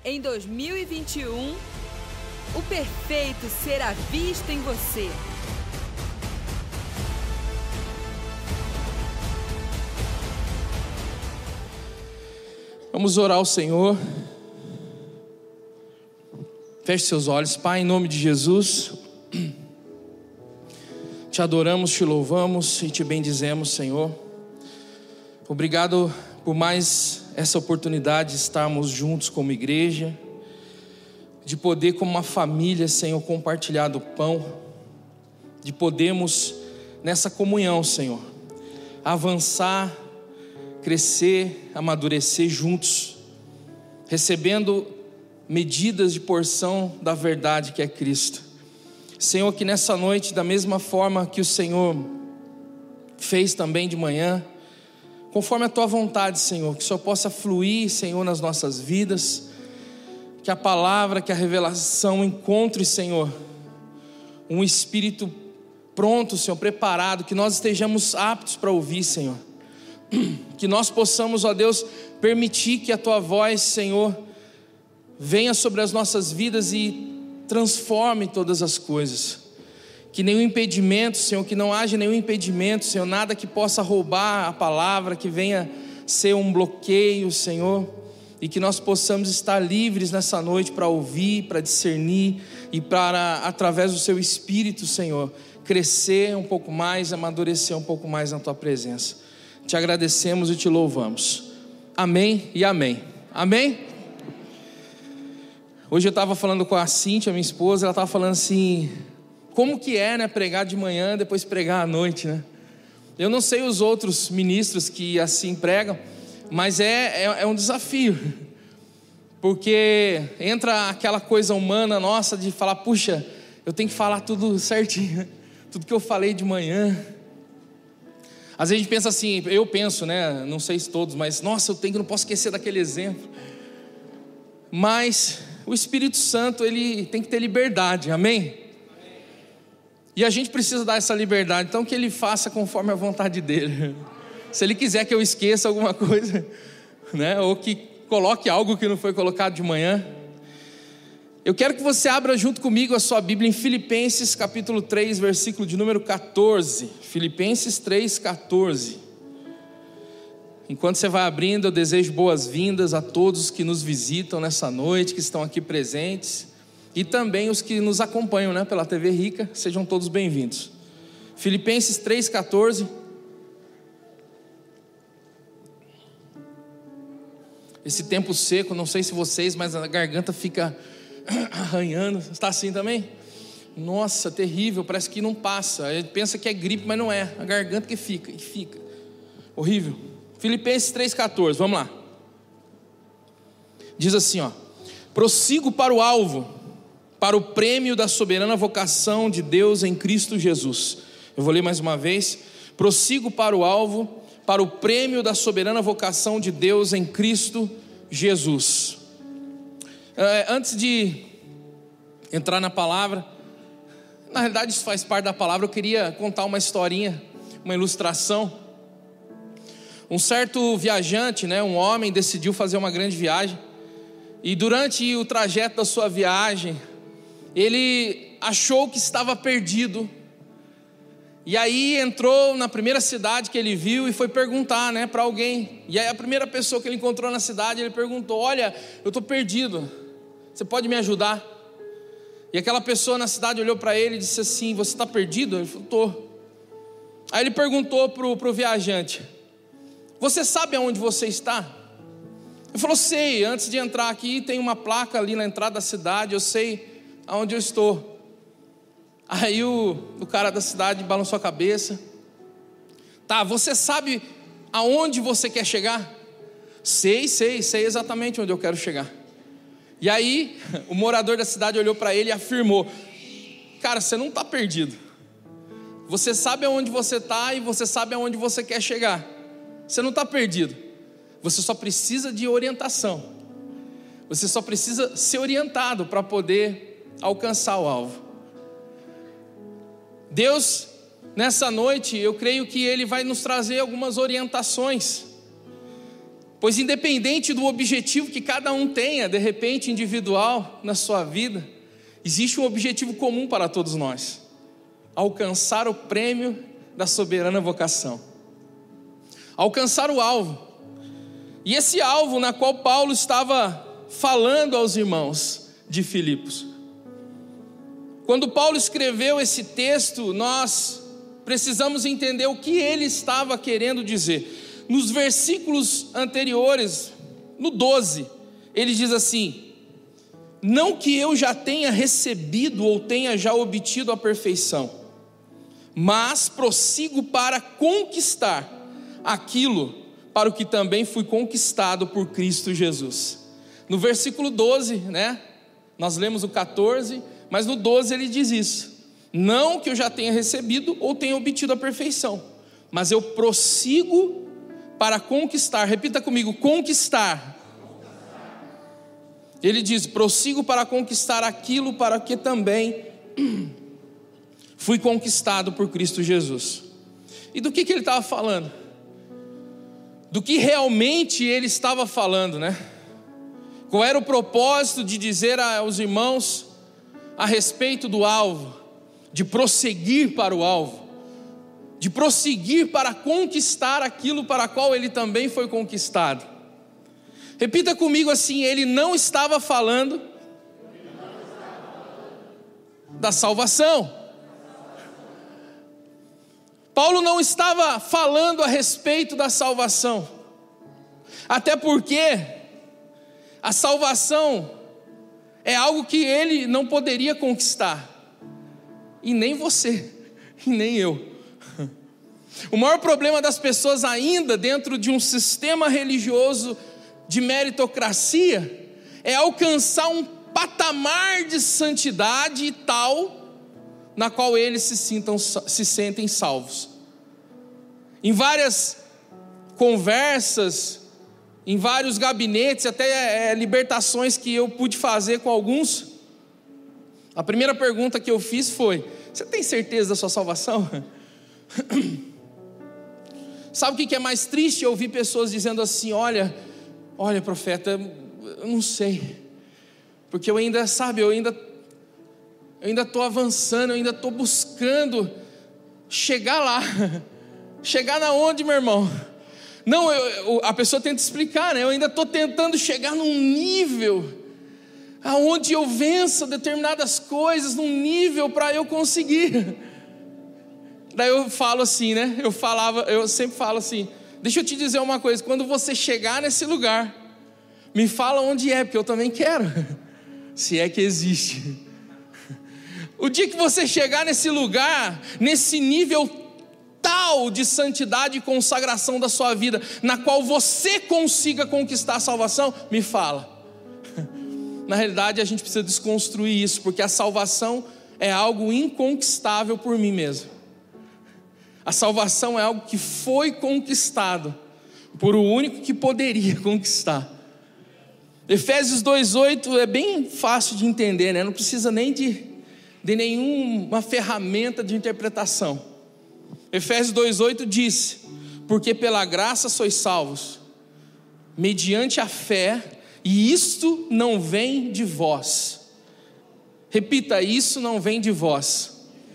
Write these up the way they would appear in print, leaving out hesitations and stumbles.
Em 2021, o perfeito será visto em você. Vamos orar ao Senhor. Feche seus olhos. Pai, em nome de Jesus, te adoramos, te louvamos e te bendizemos, Senhor. Obrigado por mais essa oportunidade de estarmos juntos como igreja, de poder como uma família, Senhor, compartilhar do pão, de podermos nessa comunhão, Senhor, avançar, crescer, amadurecer juntos, recebendo medidas de porção da verdade que é Cristo. Senhor, que nessa noite, da mesma forma que o Senhor fez também de manhã, conforme a Tua vontade, Senhor, que o Senhor possa fluir, Senhor, nas nossas vidas, que a palavra, que a revelação encontre, Senhor, um espírito pronto, Senhor, preparado, que nós estejamos aptos para ouvir, Senhor, que nós possamos, ó Deus, permitir que a Tua voz, Senhor, venha sobre as nossas vidas e transforme todas as coisas. Que nenhum impedimento, Senhor, que não haja nenhum impedimento, Senhor, nada que possa roubar a palavra, que venha ser um bloqueio, Senhor, e que nós possamos estar livres nessa noite para ouvir, para discernir e para, através do Seu Espírito, Senhor, crescer um pouco mais, amadurecer um pouco mais na Tua presença. Te agradecemos e te louvamos. Amém e amém. Amém? Hoje eu estava falando com a Cíntia, minha esposa, ela estava falando assim, como que é, né, pregar de manhã, depois pregar à noite, né? Eu não sei os outros ministros que assim pregam, mas é um desafio, porque entra aquela coisa humana nossa de falar, puxa, eu tenho que falar tudo certinho, tudo que eu falei de manhã. Às vezes a gente pensa assim, eu penso, né, não sei se todos, mas nossa, não posso esquecer daquele exemplo. Mas o Espírito Santo, ele tem que ter liberdade, amém? E a gente precisa dar essa liberdade, então que Ele faça conforme a vontade dEle. Se Ele quiser que eu esqueça alguma coisa, né, ou que coloque algo que não foi colocado de manhã, eu quero que você abra junto comigo a sua Bíblia em Filipenses capítulo 3, versículo de número 14. Filipenses 3, 14. Enquanto você vai abrindo, eu desejo boas-vindas a todos que nos visitam nessa noite, que estão aqui presentes, e também os que nos acompanham, né, pela TV Rica, sejam todos bem-vindos. Filipenses 3, 14. Esse tempo seco, não sei se vocês, mas a garganta fica arranhando. Está assim também? Nossa, terrível, parece que não passa. A gente pensa que é gripe, mas não é. A garganta que fica. Horrível. Filipenses 3,14, vamos lá. Diz assim, ó: prossigo para o alvo, para o prêmio da soberana vocação de Deus em Cristo Jesus. Eu vou ler mais uma vez. Prossigo para o alvo, para o prêmio da soberana vocação de Deus em Cristo Jesus. Antes de entrar na palavra, na realidade isso faz parte da palavra, eu queria contar uma historinha, uma ilustração. Um certo viajante, né, um homem, decidiu fazer uma grande viagem, e durante o trajeto da sua viagem, ele achou que estava perdido, e aí entrou na primeira cidade que ele viu e foi perguntar, né, para alguém. E aí a primeira pessoa que ele encontrou na cidade, ele perguntou: olha, eu estou perdido, você pode me ajudar? E aquela pessoa na cidade olhou para ele e disse assim: você está perdido? Ele falou: estou. Aí ele perguntou para o viajante: você sabe aonde você está? Ele falou: sei, antes de entrar aqui tem uma placa ali na entrada da cidade, eu sei aonde eu estou. Aí o cara da cidade balançou a cabeça. Tá, você sabe aonde você quer chegar? Sei exatamente onde eu quero chegar. E aí o morador da cidade olhou para ele e afirmou: cara, você não está perdido. Você sabe aonde você está e você sabe aonde você quer chegar. Você não está perdido. Você só precisa de orientação. Você só precisa ser orientado para poder alcançar o alvo. Deus, nessa noite, eu creio que Ele vai nos trazer algumas orientações. Pois independente do objetivo que cada um tenha, de repente individual na sua vida, existe um objetivo comum para todos nós: alcançar o prêmio da soberana vocação, alcançar o alvo. E esse alvo na qual Paulo estava falando aos irmãos de Filipos. Quando Paulo escreveu esse texto, nós precisamos entender o que ele estava querendo dizer. Nos versículos anteriores, no 12, ele diz assim: não que eu já tenha recebido ou tenha já obtido a perfeição, mas prossigo para conquistar aquilo para o que também fui conquistado por Cristo Jesus. No versículo 12, né? Nós lemos o 14, mas no 12 ele diz isso: não que eu já tenha recebido ou tenha obtido a perfeição, mas eu prossigo para conquistar. Repita comigo: conquistar. Ele diz: prossigo para conquistar aquilo para que também fui conquistado por Cristo Jesus. E do que ele estava falando? Do que realmente ele estava falando, né? Qual era o propósito de dizer aos irmãos a respeito do alvo, de prosseguir para o alvo, de prosseguir para conquistar aquilo para qual ele também foi conquistado? Repita comigo assim: ele não estava falando da salvação. Paulo não estava falando a respeito da salvação, até porque a salvação é algo que ele não poderia conquistar, e nem você, e nem eu. O maior problema das pessoas ainda dentro de um sistema religioso de meritocracia é alcançar um patamar de santidade tal na qual eles se sentem salvos. Em várias conversas, em vários gabinetes, até libertações que eu pude fazer com alguns, a primeira pergunta que eu fiz foi: você tem certeza da sua salvação? Sabe o que é mais triste? Eu ouvir pessoas dizendo assim: olha profeta, eu não sei, porque eu ainda estou avançando, eu ainda estou buscando chegar lá. Chegar na onde, meu irmão? Não, a pessoa tenta explicar, né? Eu ainda estou tentando chegar num nível aonde eu vença determinadas coisas, num nível para eu conseguir. Daí eu falo assim, né? Eu sempre falo assim: deixa eu te dizer uma coisa, quando você chegar nesse lugar, me fala onde é, porque eu também quero, se é que existe. O dia que você chegar nesse lugar, nesse nível tal de santidade e consagração da sua vida, na qual você consiga conquistar a salvação, me fala. Na realidade a gente precisa desconstruir isso, porque a salvação é algo inconquistável por mim mesmo. A salvação é algo que foi conquistado por o único que poderia conquistar. Efésios 2:8 é bem fácil de entender, né? Não precisa nem de nenhuma ferramenta de interpretação. Efésios 2:8 diz: porque pela graça sois salvos, mediante a fé, e isto não vem de vós. Repita: isso não vem de vós.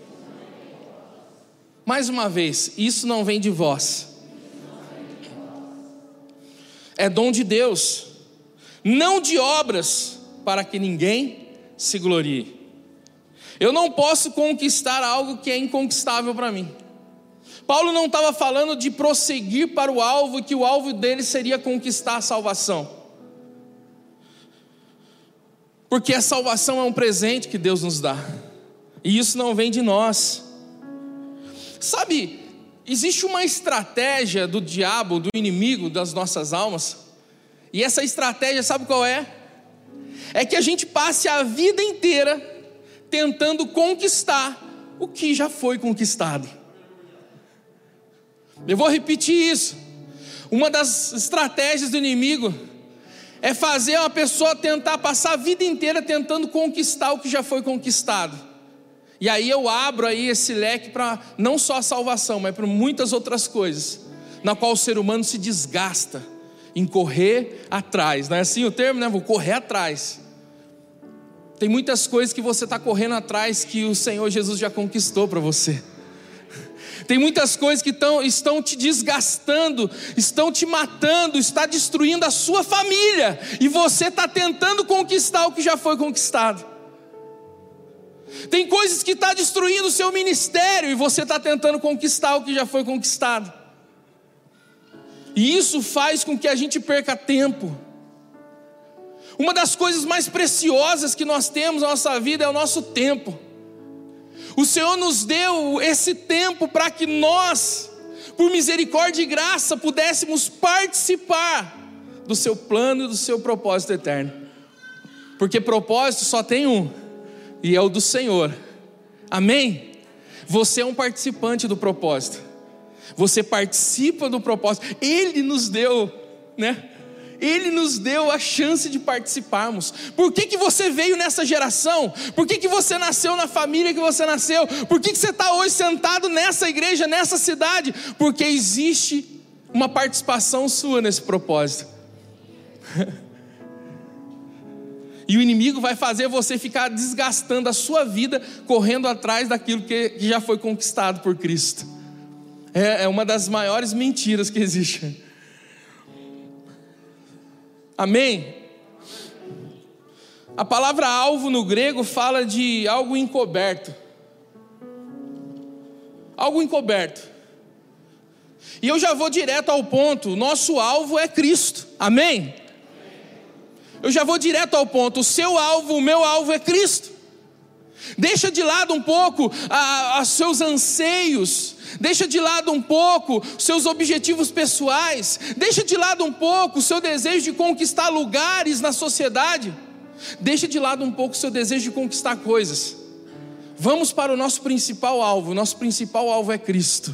Mais uma vez: isso não vem de vós. É dom de Deus, não de obras, para que ninguém se glorie. Eu não posso conquistar algo que é inconquistável para mim. Paulo não estava falando de prosseguir para o alvo, e que o alvo dele seria conquistar a salvação, porque a salvação é um presente que Deus nos dá, e isso não vem de nós. Sabe, existe uma estratégia do diabo, do inimigo das nossas almas, e essa estratégia, sabe qual é? É que a gente passe a vida inteira tentando conquistar o que já foi conquistado. Eu vou repetir isso. Uma das estratégias do inimigo é fazer uma pessoa tentar passar a vida inteira tentando conquistar o que já foi conquistado. E aí eu abro aí esse leque para não só a salvação, mas para muitas outras coisas, na qual o ser humano se desgasta em correr atrás. Não é assim o termo, né? Vou correr atrás. Tem muitas coisas que você está correndo atrás que o Senhor Jesus já conquistou para você. Tem muitas coisas que estão te desgastando, estão te matando, está destruindo a sua família, e você está tentando conquistar o que já foi conquistado. Tem coisas que estão destruindo o seu ministério, e você está tentando conquistar o que já foi conquistado. E isso faz com que a gente perca tempo. Uma das coisas mais preciosas que nós temos na nossa vida é o nosso tempo. O Senhor nos deu esse tempo para que nós, por misericórdia e graça, pudéssemos participar do seu plano e do seu propósito eterno. Porque propósito só tem um, e é o do Senhor. Amém? Você é um participante do propósito. Você participa do propósito. Ele nos deu, né? Ele nos deu a chance de participarmos. Por que você veio nessa geração? Por que você nasceu na família que você nasceu? Por que você está hoje sentado nessa igreja, nessa cidade? Porque existe uma participação sua nesse propósito. E o inimigo vai fazer você ficar desgastando a sua vida, correndo atrás daquilo que já foi conquistado por Cristo. É uma das maiores mentiras que existe. Amém? A palavra alvo no grego fala de algo encoberto. Algo encoberto. E eu já vou direto ao ponto. Nosso alvo é Cristo. Amém? Eu já vou direto ao ponto. O seu alvo, o meu alvo é Cristo. Deixa de lado um pouco os seus anseios. Deixa de lado um pouco os seus objetivos pessoais. Deixa de lado um pouco o seu desejo de conquistar lugares na sociedade. Deixa de lado um pouco o seu desejo de conquistar coisas. Vamos para o nosso principal alvo. O nosso principal alvo é Cristo.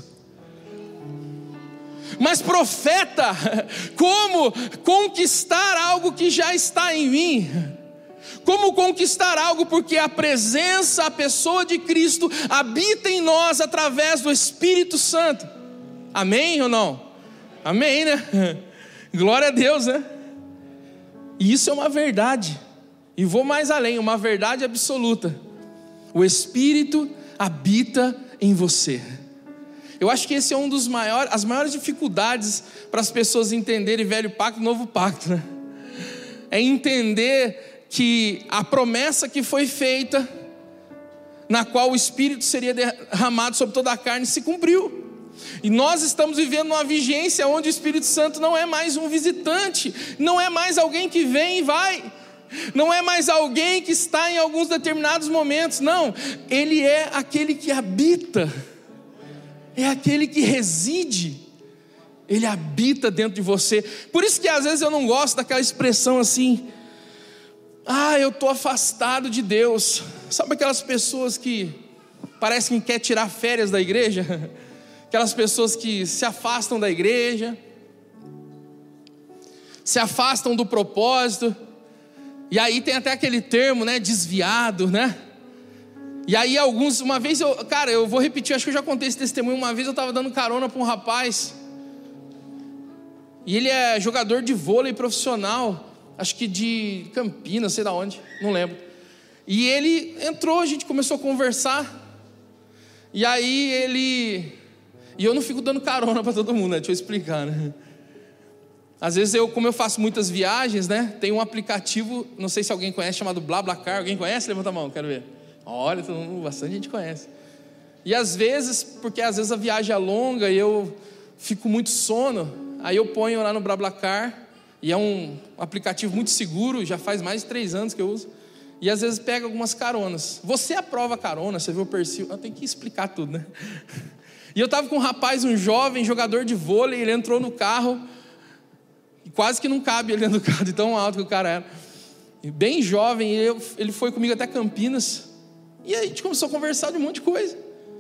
Mas profeta, como conquistar algo que já está em mim? Como conquistar algo? Porque a presença, a pessoa de Cristo habita em nós através do Espírito Santo. Amém ou não? Amém, né? Glória a Deus, né? E isso é uma verdade. E vou mais além, uma verdade absoluta. O Espírito habita em você. Eu acho que esse é as maiores dificuldades para as pessoas entenderem velho pacto e novo pacto, né? É entender que a promessa que foi feita, na qual o Espírito seria derramado sobre toda a carne, se cumpriu. E nós estamos vivendo uma vigência onde o Espírito Santo não é mais um visitante, não é mais alguém que vem e vai, não é mais alguém que está em alguns determinados momentos, não, Ele é aquele que habita, é aquele que reside, Ele habita dentro de você. Por isso que às vezes eu não gosto daquela expressão assim, eu estou afastado de Deus. Sabe aquelas pessoas que parecem que quer tirar férias da igreja? Aquelas pessoas que se afastam da igreja, se afastam do propósito. E aí tem até aquele termo, né, desviado, né? E aí uma vez eu vou repetir, acho que eu já contei esse testemunho. Uma vez eu estava dando carona para um rapaz, e ele é jogador de vôlei profissional, acho que de Campinas, sei de onde, não lembro. E ele entrou, a gente começou a conversar. E aí e eu não fico dando carona para todo mundo, né? Deixa eu explicar, né? Às vezes como eu faço muitas viagens, né? Tem um aplicativo, não sei se alguém conhece, chamado BlaBlaCar. Alguém conhece? Levanta a mão, quero ver. Olha, bastante gente conhece. E às vezes, porque às vezes a viagem é longa e eu fico muito sono, aí eu ponho lá no BlaBlaCar. E é um aplicativo muito seguro, já faz mais de 3 anos que eu uso. E às vezes pega algumas caronas. Você aprova a carona, você vê o perfil. Eu tenho que explicar tudo, né? E eu estava com um rapaz, um jovem jogador de vôlei. Ele entrou no carro e quase que não cabe ele dentro do carro, de tão alto que o cara era. E bem jovem, ele foi comigo até Campinas. E aí a gente começou a conversar de um monte de coisa.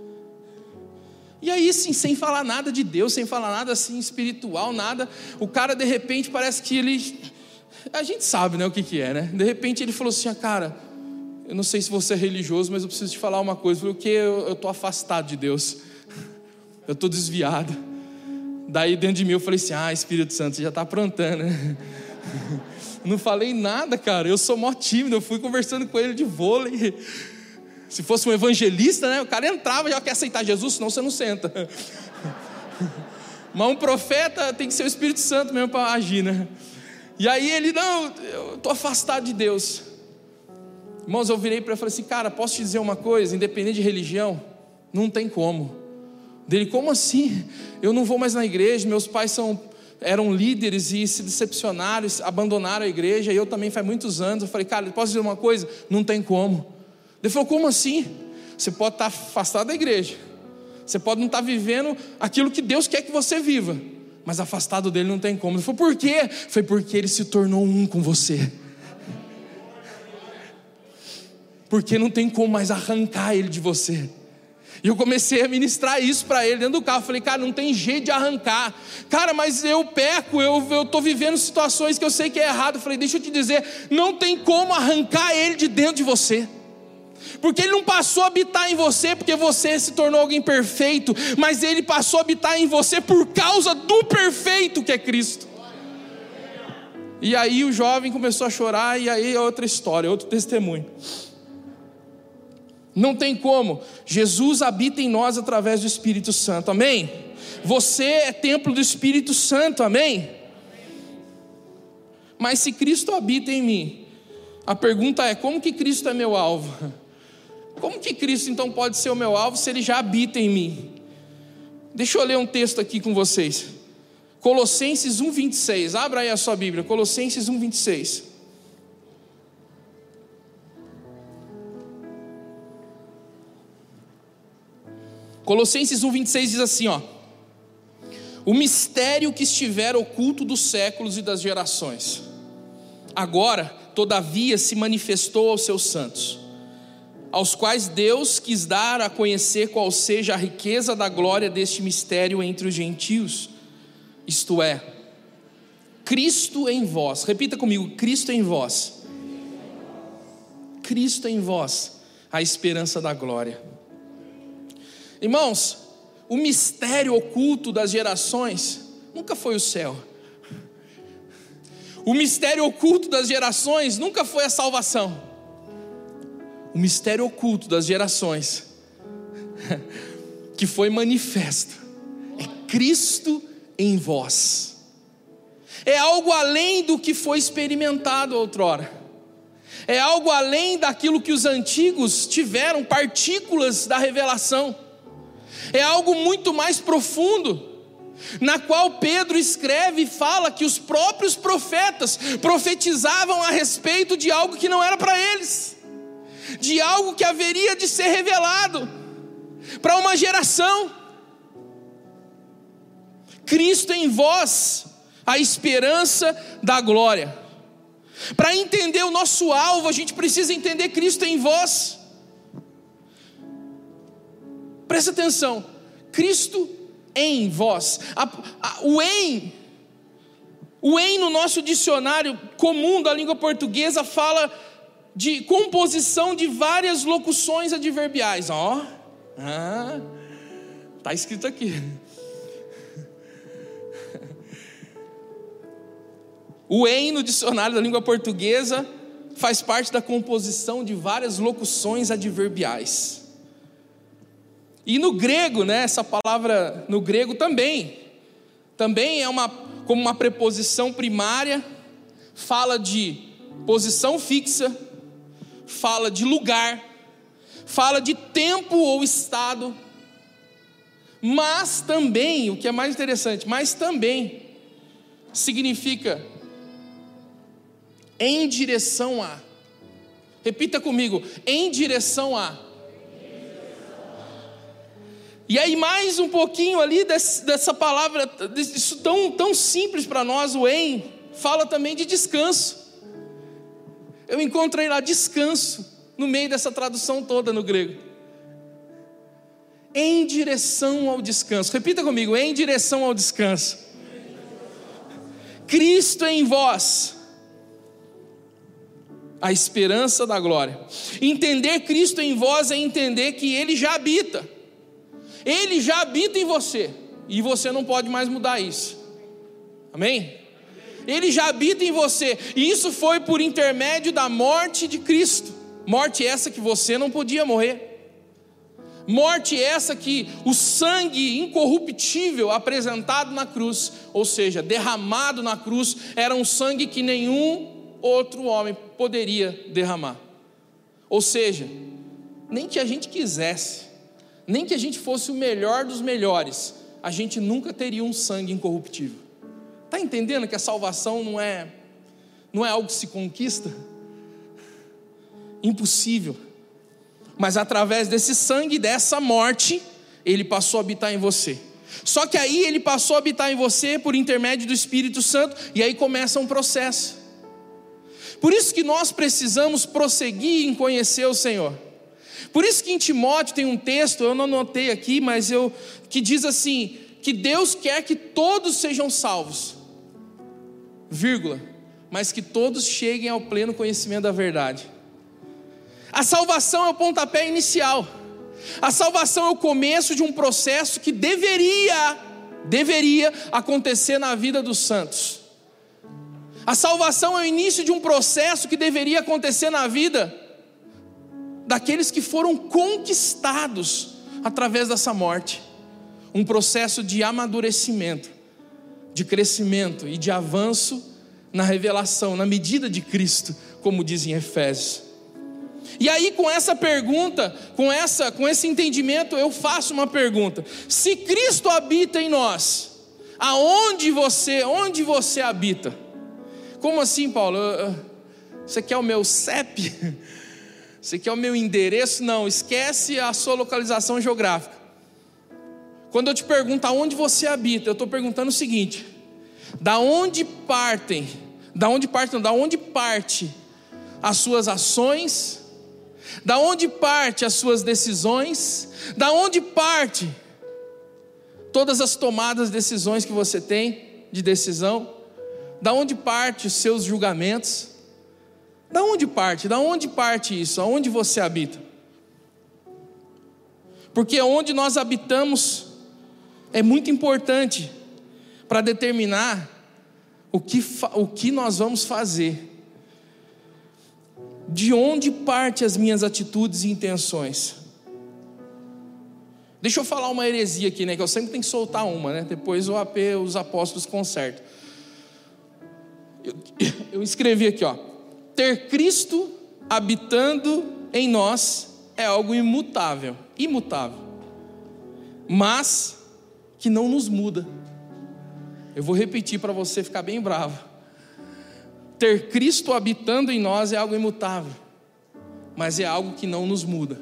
E aí, assim, sem falar nada de Deus, sem falar nada assim espiritual, nada. O cara, de repente, parece que a gente sabe, né, o que é, né? De repente ele falou assim, cara, eu não sei se você é religioso, mas eu preciso te falar uma coisa. Porque eu estou afastado de Deus. Eu estou desviado Daí dentro de mim eu falei assim, Espírito Santo, você já está aprontando, né? Não falei nada, cara, eu sou mó tímido, eu fui conversando com ele de vôlei. Se fosse um evangelista, né, o cara entrava e já quer aceitar Jesus, senão você não senta. Mas um profeta tem que ser o Espírito Santo mesmo para agir, né? E aí ele, não, eu estou afastado de Deus. Irmãos, eu virei para ele e falei assim, cara, posso te dizer uma coisa, independente de religião, não tem como. Dele, como assim? Eu não vou mais na igreja, meus pais eram líderes e se decepcionaram, abandonaram a igreja, e eu também faz muitos anos. Eu falei, cara, posso dizer uma coisa? Não tem como. Ele falou, como assim? Você pode estar afastado da igreja, você pode não estar vivendo aquilo que Deus quer que você viva, mas afastado dele não tem como. Ele falou, por quê? Foi porque ele se tornou um com você. Porque não tem como mais arrancar ele de você. E eu comecei a ministrar isso para ele dentro do carro. Eu falei, cara, não tem jeito de arrancar. Cara, mas eu peco, eu estou vivendo situações que eu sei que é errado. Eu falei, deixa eu te dizer, não tem como arrancar ele de dentro de você. Porque ele não passou a habitar em você porque você se tornou alguém perfeito, mas ele passou a habitar em você por causa do perfeito que é Cristo. E aí o jovem começou a chorar, e aí é outra história, outro testemunho. Não tem como. Jesus habita em nós através do Espírito Santo, amém? Você é templo do Espírito Santo, amém? Mas se Cristo habita em mim, a pergunta é, como que Cristo é meu alvo? Como que Cristo então pode ser o meu alvo se Ele já habita em mim? Deixa eu ler um texto aqui com vocês. Colossenses 1:26, abra aí a sua Bíblia, Colossenses 1:26. Colossenses 1:26 diz assim, ó: o mistério que estivera oculto dos séculos e das gerações, agora, todavia, se manifestou aos seus santos, aos quais Deus quis dar a conhecer qual seja a riqueza da glória deste mistério entre os gentios, isto é, Cristo em vós. Repita comigo, Cristo em vós. Cristo em vós, a esperança da glória. Irmãos, o mistério oculto das gerações nunca foi o céu. O mistério oculto das gerações nunca foi a salvação. O mistério oculto das gerações que foi manifesto é Cristo em vós. É algo além do que foi experimentado outrora. É algo além daquilo que os antigos tiveram, partículas da revelação. É algo muito mais profundo, na qual Pedro escreve e fala que os próprios profetas profetizavam a respeito de algo que não era para eles, de algo que haveria de ser revelado para uma geração. Cristo em vós, a esperança da glória. Para entender o nosso alvo, a gente precisa entender Cristo em vós. Presta atenção, Cristo em vós. O em no nosso dicionário comum da língua portuguesa fala de composição de várias locuções adverbiais. Está escrito aqui. O em no dicionário da língua portuguesa faz parte da composição de várias locuções adverbiais. E no grego, né, essa palavra no grego também é como uma preposição primária, fala de posição fixa, fala de lugar, fala de tempo ou estado, mas também, o que é mais interessante, mas também significa em direção a. Repita comigo, em direção a. E aí mais um pouquinho ali dessa palavra, isso tão simples para nós, o em, fala também de descanso. Eu encontrei lá descanso, no meio dessa tradução toda no grego. Em direção ao descanso. Repita comigo, em direção ao descanso. Cristo em vós, a esperança da glória. Entender Cristo em vós é entender que Ele já habita. Ele já habita em você. e você não pode mais mudar isso. Amém? Ele já habita em você, e isso foi por intermédio da morte de Cristo. Morte essa que você não podia morrer. Morte essa que o sangue incorruptível apresentado na cruz, ou seja, derramado na cruz, era um sangue que nenhum outro homem poderia derramar. Ou seja, nem que a gente quisesse, nem que a gente fosse o melhor dos melhores, a gente nunca teria um sangue incorruptível. Está entendendo que a salvação não é algo que se conquista? Impossível. Mas através desse sangue, dessa morte, ele passou a habitar em você. Só que aí ele passou a habitar em você por intermédio do Espírito Santo, e aí começa um processo. Por isso que nós precisamos prosseguir em conhecer o Senhor. Por isso que em Timóteo tem um texto, eu não anotei aqui, mas que diz assim, que Deus quer que todos sejam salvos, vírgula, mas que todos cheguem ao pleno conhecimento da verdade. A salvação é o pontapé inicial. A salvação é o começo de um processo que deveria acontecer na vida dos santos. A salvação é o início de um processo que deveria acontecer na vida daqueles que foram conquistados através dessa morte. Um processo de amadurecimento, de crescimento e de avanço na revelação, na medida de Cristo, como diz em Efésios. E aí, com essa pergunta, com esse entendimento, eu faço uma pergunta: se Cristo habita em nós, onde você habita? Como assim, Paulo? Você quer o meu CEP? Você quer o meu endereço? Não, esquece a sua localização geográfica. Quando eu te pergunto aonde você habita, eu estou perguntando o seguinte: da onde parte as suas ações? Da onde parte as suas decisões? Da onde parte todas as tomadas de decisões que você tem de decisão? Da onde parte os seus julgamentos? Da onde parte isso? Aonde você habita? Porque onde nós habitamos é muito importante para determinar o que nós vamos fazer. De onde parte as minhas atitudes e intenções? Deixa eu falar uma heresia aqui, que eu sempre tenho que soltar uma, depois os apóstolos consertam. Eu escrevi aqui, ter Cristo habitando em nós é algo imutável, mas que não nos muda. Eu vou repetir para você ficar bem bravo. Ter Cristo habitando em nós é algo imutável, mas é algo que não nos muda.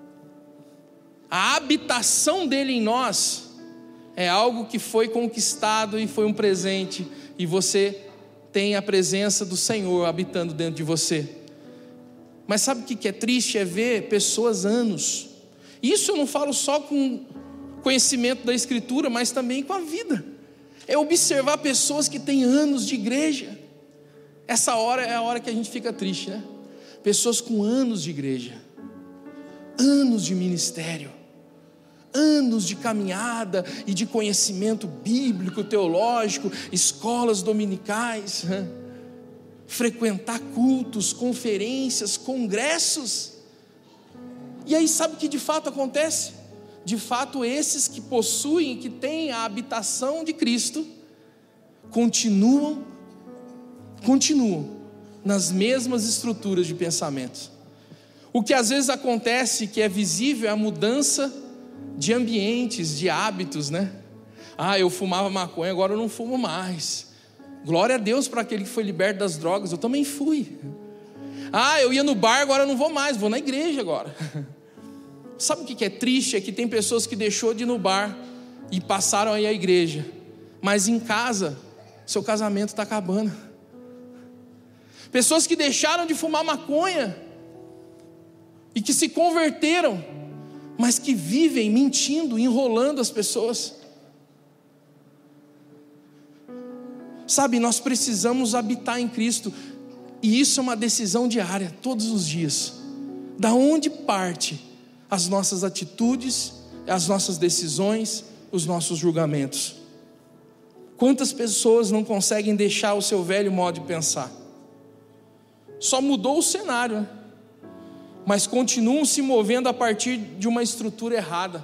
A habitação dele em nós é algo que foi conquistado e foi um presente, e você tem a presença do Senhor habitando dentro de você. Mas sabe o que é triste? É ver pessoas anos. Isso eu não falo só com conhecimento da Escritura, mas também com a vida. É observar pessoas que têm anos de igreja. Essa hora é a hora que a gente fica triste, Pessoas com anos de igreja, anos de ministério, anos de caminhada e de conhecimento bíblico, teológico, escolas dominicais, frequentar cultos, conferências, congressos. E aí sabe o que de fato acontece? De fato, esses que possuem, que têm a habitação de Cristo, continuam nas mesmas estruturas de pensamentos. O que às vezes acontece, que é visível, é a mudança de ambientes, de hábitos, eu fumava maconha, agora eu não fumo mais. Glória a Deus para aquele que foi liberto das drogas, eu também fui. Eu ia no bar, agora eu não vou mais, vou na igreja agora. Sabe o que é triste? É que tem pessoas que deixou de ir no bar e passaram aí à igreja, mas em casa, seu casamento está acabando. Pessoas que deixaram de fumar maconha e que se converteram, mas que vivem mentindo, enrolando as pessoas. Sabe, nós precisamos habitar em Cristo, e isso é uma decisão diária, todos os dias. Da onde parte as nossas atitudes, as nossas decisões os nossos julgamentos. Quantas pessoas não conseguem deixar o seu velho modo de pensar? Só mudou o cenário, né? Mas continuam se movendo a partir de uma estrutura errada.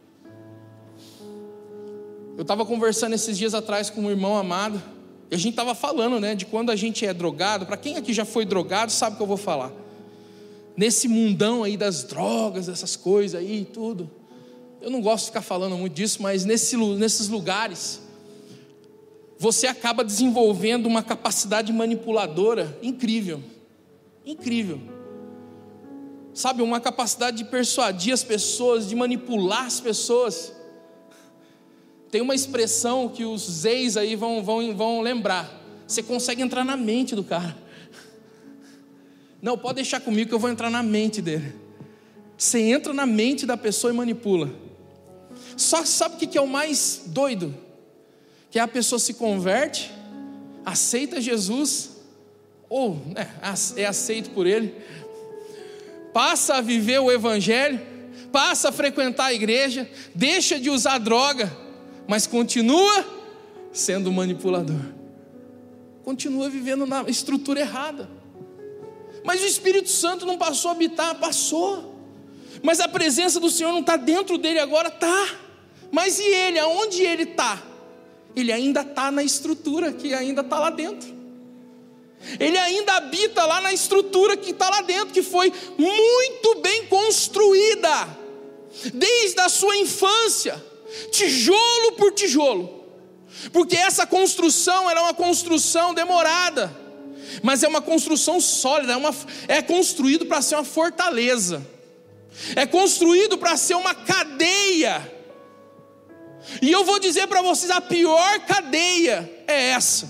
Eu estava conversando esses dias atrás com um irmão amado, e a gente estava falando, né, de quando a gente é drogado. Para quem aqui já foi drogado sabe o que eu vou falar. Nesse mundão aí das drogas, dessas coisas aí e tudo, eu não gosto de ficar falando muito disso, mas nesses lugares você acaba desenvolvendo uma capacidade manipuladora incrível. Incrível. Sabe, uma capacidade de persuadir as pessoas, de manipular as pessoas. Tem uma expressão que os ex aí vão lembrar. Você consegue entrar na mente do cara. Não, pode deixar comigo que eu vou entrar na mente dele. Você entra na mente da pessoa e manipula. Só que sabe o que é o mais doido? Que a pessoa se converte, aceita Jesus, ou é aceito por ele, passa a viver o evangelho, passa a frequentar a igreja, deixa de usar droga, mas continua sendo manipulador, continua vivendo na estrutura errada. Mas o Espírito Santo não passou a habitar, passou, mas a presença do Senhor não está dentro dele agora, está. Mas e ele, aonde ele está? Ele ainda está na estrutura que ainda está lá dentro. Ele ainda habita lá na estrutura que está lá dentro, que foi muito bem construída, desde a sua infância, tijolo por tijolo, porque essa construção era uma construção demorada, mas é uma construção sólida, é construído para ser uma fortaleza, é construído para ser uma cadeia. E eu vou dizer para vocês, a pior cadeia é essa,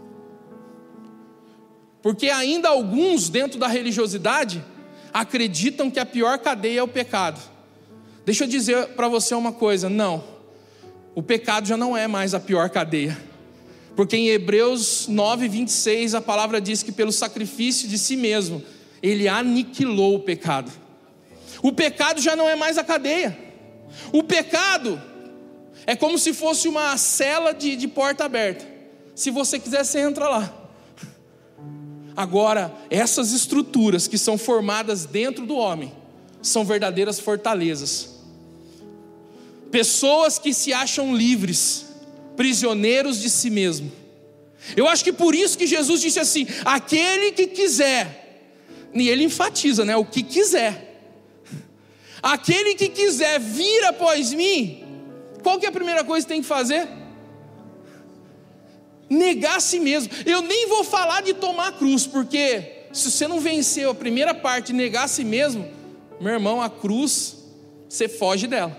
porque ainda alguns dentro da religiosidade acreditam que a pior cadeia é o pecado. Deixa eu dizer para você uma coisa, não, o pecado já não é mais a pior cadeia, porque em Hebreus 9:26 a palavra diz que pelo sacrifício de si mesmo, ele aniquilou o pecado. O pecado já não é mais a cadeia, o pecado é como se fosse uma cela de porta aberta, se você quiser você entra lá. Agora, essas estruturas que são formadas dentro do homem, são verdadeiras fortalezas. Pessoas que se acham livres, prisioneiros de si mesmo. Eu acho que por isso que Jesus disse assim, aquele que quiser, e ele enfatiza, né, o que quiser. Aquele que quiser vir após mim, qual que é a primeira coisa que tem que fazer? Negar a si mesmo. Eu nem vou falar de tomar a cruz, porque se você não venceu a primeira parte, negar a si mesmo, meu irmão, a cruz, você foge dela.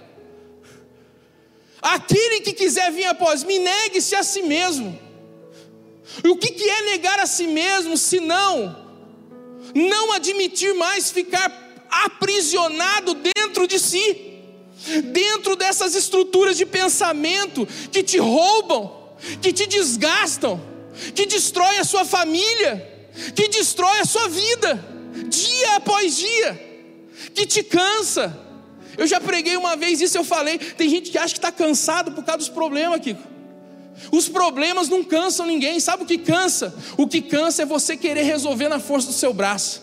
Aquele que quiser vir após mim, negue-se a si mesmo. E o que é negar a si mesmo, se não admitir mais ficar aprisionado dentro de si, dentro dessas estruturas de pensamento que te roubam, que te desgastam, que destrói a sua família, que destrói a sua vida, dia após dia, que te cansa. Eu já preguei uma vez isso, eu falei, tem gente que acha que está cansado por causa dos problemas, Kiko. Os problemas não cansam ninguém, sabe o que cansa? O que cansa é você querer resolver na força do seu braço.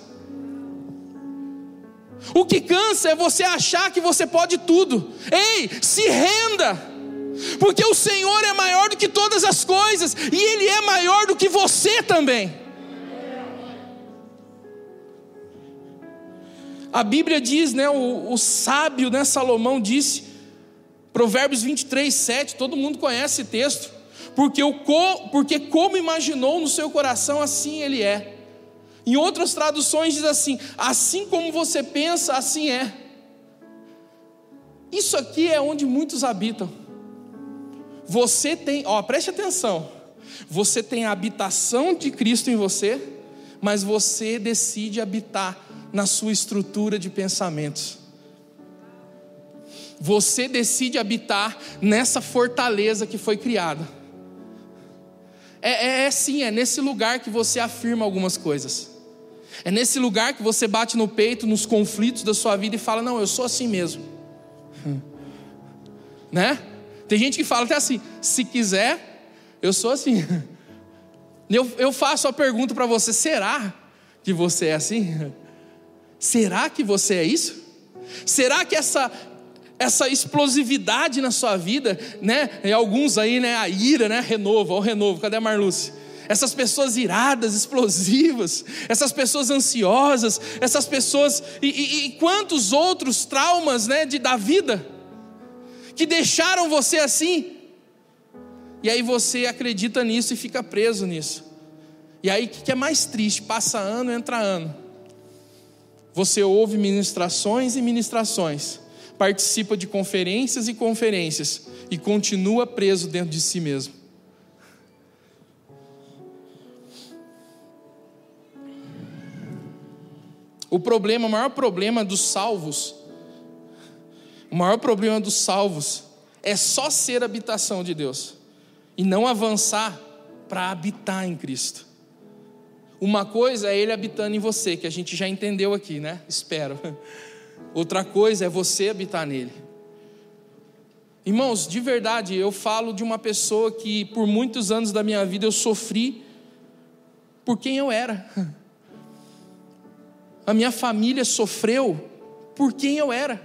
O que cansa é você achar que você pode tudo. Ei, se renda, porque o Senhor é maior do que todas as coisas, e Ele é maior do que você também. A Bíblia diz, né, o sábio, né, Salomão disse, Provérbios 23:7, todo mundo conhece esse texto, porque como imaginou no seu coração, assim ele é. Em outras traduções diz assim como você pensa, assim é. Isso aqui é onde muitos habitam. Você tem, preste atenção, você tem a habitação de Cristo em você, mas você decide habitar na sua estrutura de pensamentos. Você decide habitar nessa fortaleza que foi criada. Sim, é nesse lugar que você afirma algumas coisas. É nesse lugar que você bate no peito, nos conflitos da sua vida e fala, não, eu sou assim mesmo. Né? Tem gente que fala até assim: se quiser, eu sou assim. Eu faço a pergunta para você: será que você é assim? Será que você é isso? Será que essa explosividade na sua vida, né? E alguns aí, né? A ira, né? Renovo, ó, o renovo, cadê a Marluce? Essas pessoas iradas, explosivas, essas pessoas ansiosas, essas pessoas e quantos outros traumas, né? Da vida que deixaram você assim. E aí você acredita nisso e fica preso nisso. E aí o que é mais triste? Passa ano, entra ano. Você ouve ministrações e ministrações, participa de conferências e conferências, e continua preso dentro de si mesmo. O maior problema dos salvos, é só ser habitação de Deus, e não avançar para habitar em Cristo. Uma coisa é Ele habitando em você, que a gente já entendeu aqui, né? Espero. Outra coisa é você habitar nele. Irmãos, de verdade, eu falo de uma pessoa que por muitos anos da minha vida eu sofri por quem eu era. A minha família sofreu por quem eu era.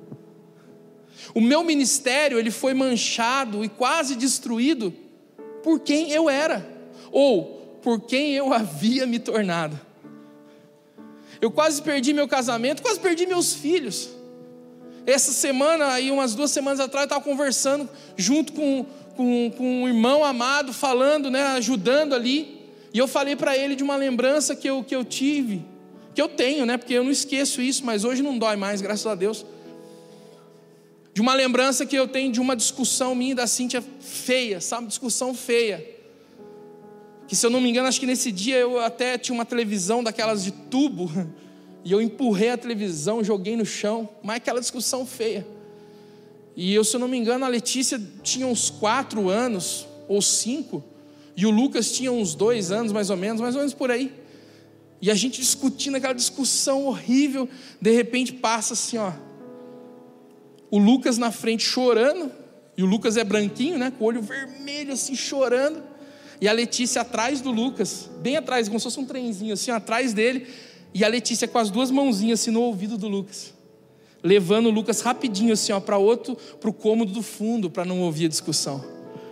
O meu ministério, ele foi manchado e quase destruído por quem eu era, ou por quem eu havia me tornado. Eu quase perdi meu casamento, quase perdi meus filhos. Essa semana, aí umas 2 semanas atrás, eu estava conversando junto com um irmão amado, falando, né, ajudando ali. E eu falei para ele de uma lembrança que eu tive, que eu tenho, né, porque eu não esqueço isso, mas hoje não dói mais, graças a Deus. De uma lembrança que eu tenho de uma discussão minha e da Cíntia feia, sabe, discussão feia. Que, se eu não me engano, acho que nesse dia eu até tinha uma televisão daquelas de tubo, e eu empurrei a televisão, joguei no chão, mas aquela discussão feia. E eu, se eu não me engano, a Letícia tinha uns 4 anos, ou 5, e o Lucas tinha uns 2 anos, mais ou menos por aí. E a gente discutindo aquela discussão horrível, de repente passa assim, ó, o Lucas na frente chorando, e o Lucas é branquinho, né, com o olho vermelho assim, chorando, e a Letícia atrás do Lucas, bem atrás, como se fosse um trenzinho assim, atrás dele, e a Letícia com as 2 mãozinhas assim no ouvido do Lucas, levando o Lucas rapidinho assim, ó, para o cômodo do fundo, para não ouvir a discussão.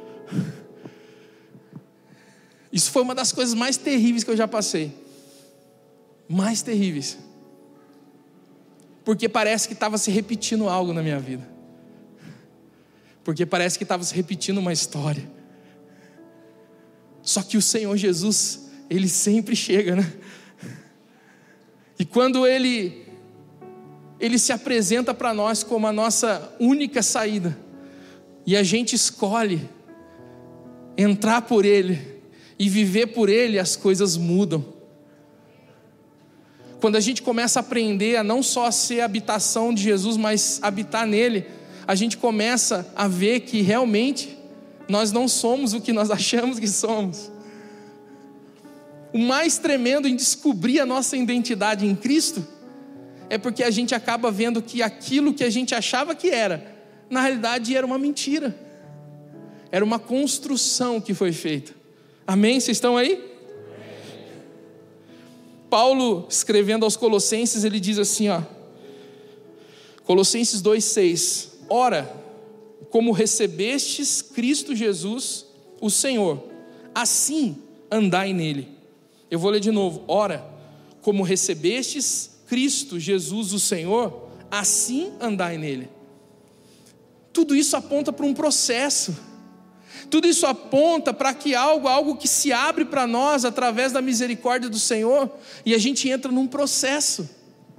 Isso foi uma das coisas mais terríveis que eu já passei. Mais terríveis. Porque parece que estava se repetindo algo na minha vida. Porque parece que estava se repetindo uma história. Só que o Senhor Jesus, Ele sempre chega, né? E quando Ele se apresenta para nós como a nossa única saída, e a gente escolhe entrar por Ele e viver por Ele, as coisas mudam. Quando a gente começa a aprender a não só ser a habitação de Jesus, mas habitar nele, a gente começa a ver que realmente nós não somos o que nós achamos que somos. O mais tremendo em descobrir a nossa identidade em Cristo é porque a gente acaba vendo que aquilo que a gente achava que era, na realidade era uma mentira. Era uma construção que foi feita. Amém? Vocês estão aí? Paulo, escrevendo aos Colossenses, ele diz assim, ó, Colossenses 2,6: Ora, como recebestes Cristo Jesus, o Senhor, assim andai nele. Eu vou ler de novo. Ora, como recebestes Cristo Jesus, o Senhor, assim andai nele. Tudo isso aponta para um processo. Tudo isso aponta para que algo que se abre para nós através da misericórdia do Senhor, e a gente entra num processo.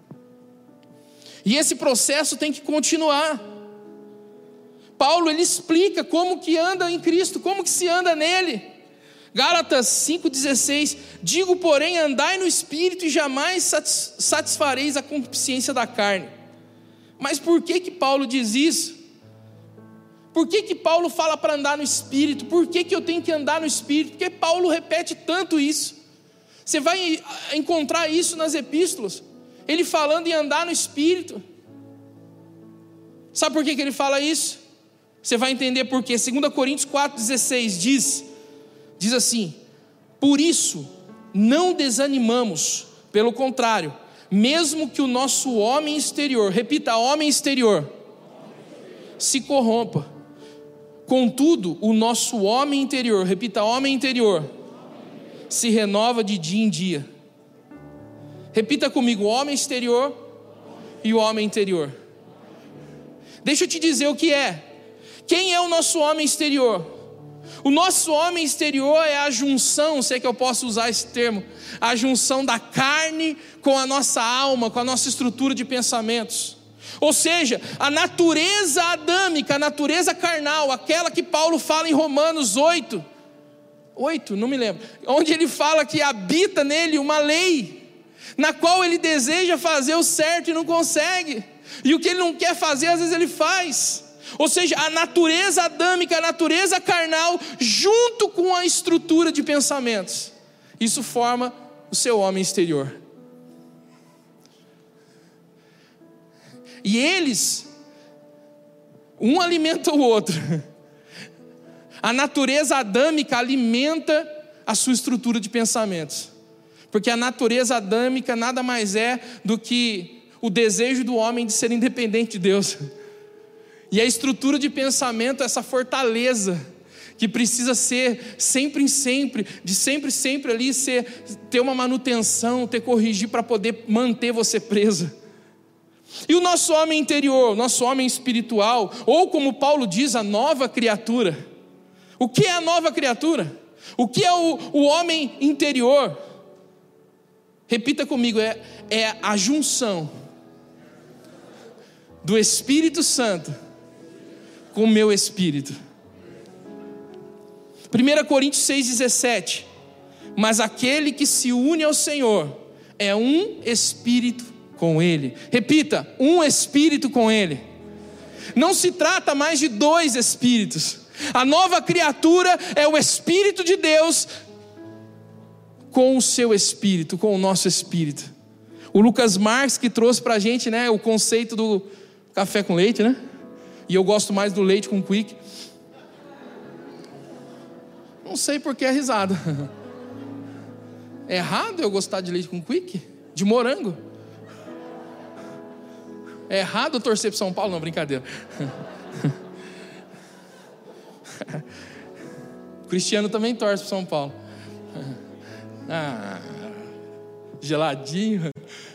E esse processo tem que continuar. Paulo, ele explica como que anda em Cristo, como que se anda nele. Gálatas 5,16: Digo, porém, andai no Espírito e jamais satisfareis a concupiscência da carne. Mas por que Paulo diz isso? Por que Paulo fala para andar no Espírito? Por que eu tenho que andar no Espírito? Porque Paulo repete tanto isso. Você vai encontrar isso nas epístolas, ele falando em andar no Espírito. Sabe por que ele fala isso? Você vai entender por quê. 2 Coríntios 4,16 diz assim: por isso não desanimamos, pelo contrário, mesmo que o nosso homem exterior, repita, homem exterior, se corrompa, contudo o nosso homem interior, repita, homem interior, se renova de dia em dia. Repita comigo, o homem exterior e o homem interior. Deixa eu te dizer o que é. Quem é o nosso homem exterior? O nosso homem exterior é a junção, se é que eu posso usar esse termo, a junção da carne com a nossa alma, com a nossa estrutura de pensamentos. Ou seja, a natureza adâmica, a natureza carnal, aquela que Paulo fala em Romanos 8, não me lembro, onde ele fala que habita nele uma lei, na qual ele deseja fazer o certo e não consegue, e o que ele não quer fazer, às vezes ele faz. Ou seja, a natureza adâmica, a natureza carnal, junto com a estrutura de pensamentos, isso forma o seu homem exterior. E eles, um alimenta o outro. A natureza adâmica alimenta a sua estrutura de pensamentos, porque a natureza adâmica nada mais é do que o desejo do homem de ser independente de Deus. E a estrutura de pensamento, essa fortaleza que precisa ser sempre ali ter uma manutenção, ter corrigir para poder manter você presa. E o nosso homem interior, o nosso homem espiritual, ou como Paulo diz, a nova criatura. O que é a nova criatura? O que é o homem interior? Repita comigo, é a junção do Espírito Santo com o meu espírito. 1 Coríntios 6,17: mas aquele que se une ao Senhor é um espírito com Ele. Repita, um espírito com Ele. Não se trata mais de dois espíritos. A nova criatura é o Espírito de Deus com o seu espírito, com o nosso espírito. O Lucas Marques que trouxe para a gente, né, o conceito do café com leite, né? E eu gosto mais do leite com quick. Não sei por que é risada. É errado eu gostar de leite com quick? De morango? É errado eu torcer para São Paulo? Não, brincadeira. O Cristiano também torce para São Paulo. Geladinho.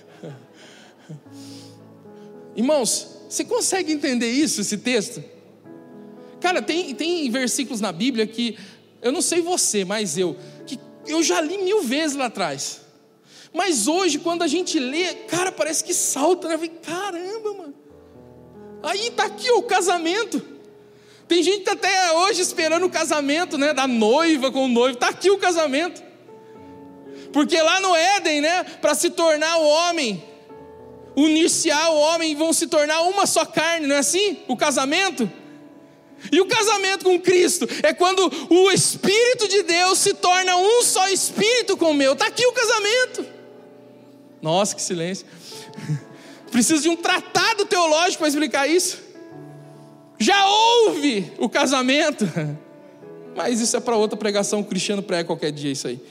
Irmãos, você consegue entender isso, esse texto? Cara, tem versículos na Bíblia que, eu não sei você, mas que eu já li 1000 vezes lá atrás. Mas hoje, quando a gente lê, cara, parece que salta, né? Eu falei, caramba, mano. Aí tá aqui o casamento. Tem gente que tá até hoje esperando o casamento, né? Da noiva com o noivo. Tá aqui o casamento. Porque lá no Éden, né? Para se tornar o homem, unir-se ao homem, vão se tornar uma só carne, não é assim? O casamento. E o casamento com Cristo é quando o Espírito de Deus se torna um só Espírito com o meu. Está aqui o casamento. Nossa, que silêncio. Preciso de um tratado teológico para explicar isso. Já houve o casamento. Mas isso é para outra pregação, o Cristiano prega qualquer dia isso aí.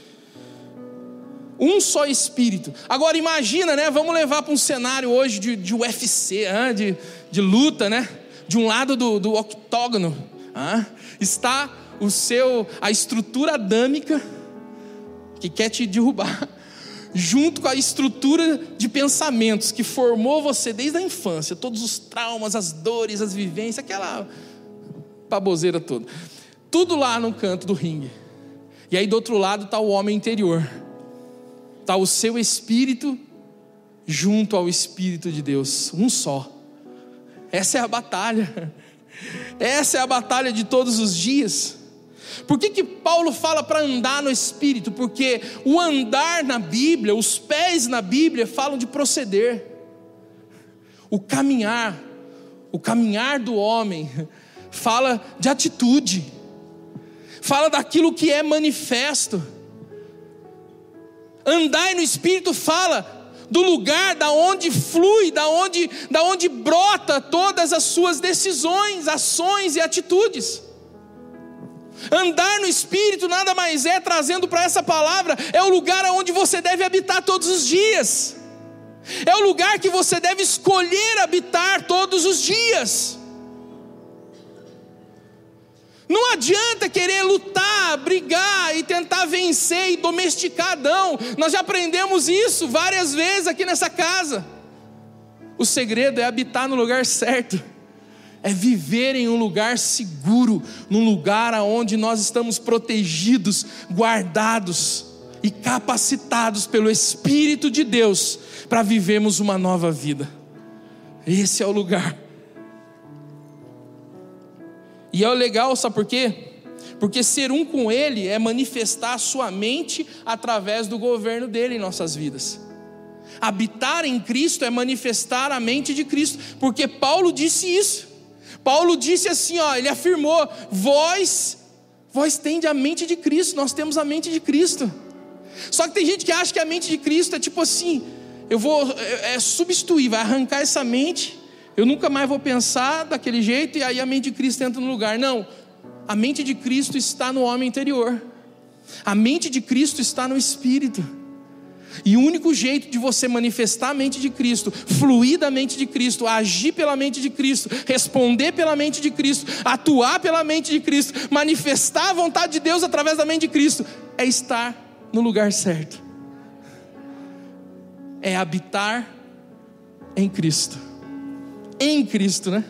Um só Espírito. Agora imagina, né? Vamos levar para um cenário hoje de UFC, de luta, né? De um lado do octógono está a estrutura adâmica que quer te derrubar, junto com a estrutura de pensamentos que formou você desde a infância, todos os traumas, as dores, as vivências, aquela baboseira toda, tudo lá no canto do ringue. E aí do outro lado está o homem interior, está o seu espírito junto ao Espírito de Deus, um só. Essa é a batalha. Essa é a batalha de todos os dias. Por que Paulo fala para andar no Espírito? Porque o andar na Bíblia, os pés na Bíblia falam de proceder. O caminhar do homem fala de atitude, fala daquilo que é manifesto. Andar no Espírito fala do lugar da onde flui, da onde brota todas as suas decisões, ações e atitudes. Andar no Espírito nada mais é, trazendo para essa palavra, é o lugar onde você deve habitar todos os dias. É o lugar que você deve escolher habitar todos os dias. Não adianta querer lutar, brigar e tentar vencer e domesticar Adão. Nós já aprendemos isso várias vezes aqui nessa casa. O segredo é habitar no lugar certo. É viver em um lugar seguro, num lugar onde nós estamos protegidos, guardados e capacitados pelo Espírito de Deus para vivermos uma nova vida. Esse é o lugar. E é legal, sabe por quê? Porque ser um com Ele é manifestar a sua mente através do governo dEle em nossas vidas. Habitar em Cristo é manifestar a mente de Cristo, porque Paulo disse isso. Paulo disse assim, ele afirmou, vós tende a mente de Cristo, nós temos a mente de Cristo. Só que tem gente que acha que a mente de Cristo é tipo assim, substituir, vai arrancar essa mente, eu nunca mais vou pensar daquele jeito, e aí a mente de Cristo entra no lugar. Não, a mente de Cristo está no homem interior, a mente de Cristo está no Espírito. E o único jeito de você manifestar a mente de Cristo, fluir da mente de Cristo, agir pela mente de Cristo, responder pela mente de Cristo, atuar pela mente de Cristo, manifestar a vontade de Deus através da mente de Cristo, é estar no lugar certo. É habitar em Cristo. Em Cristo, né?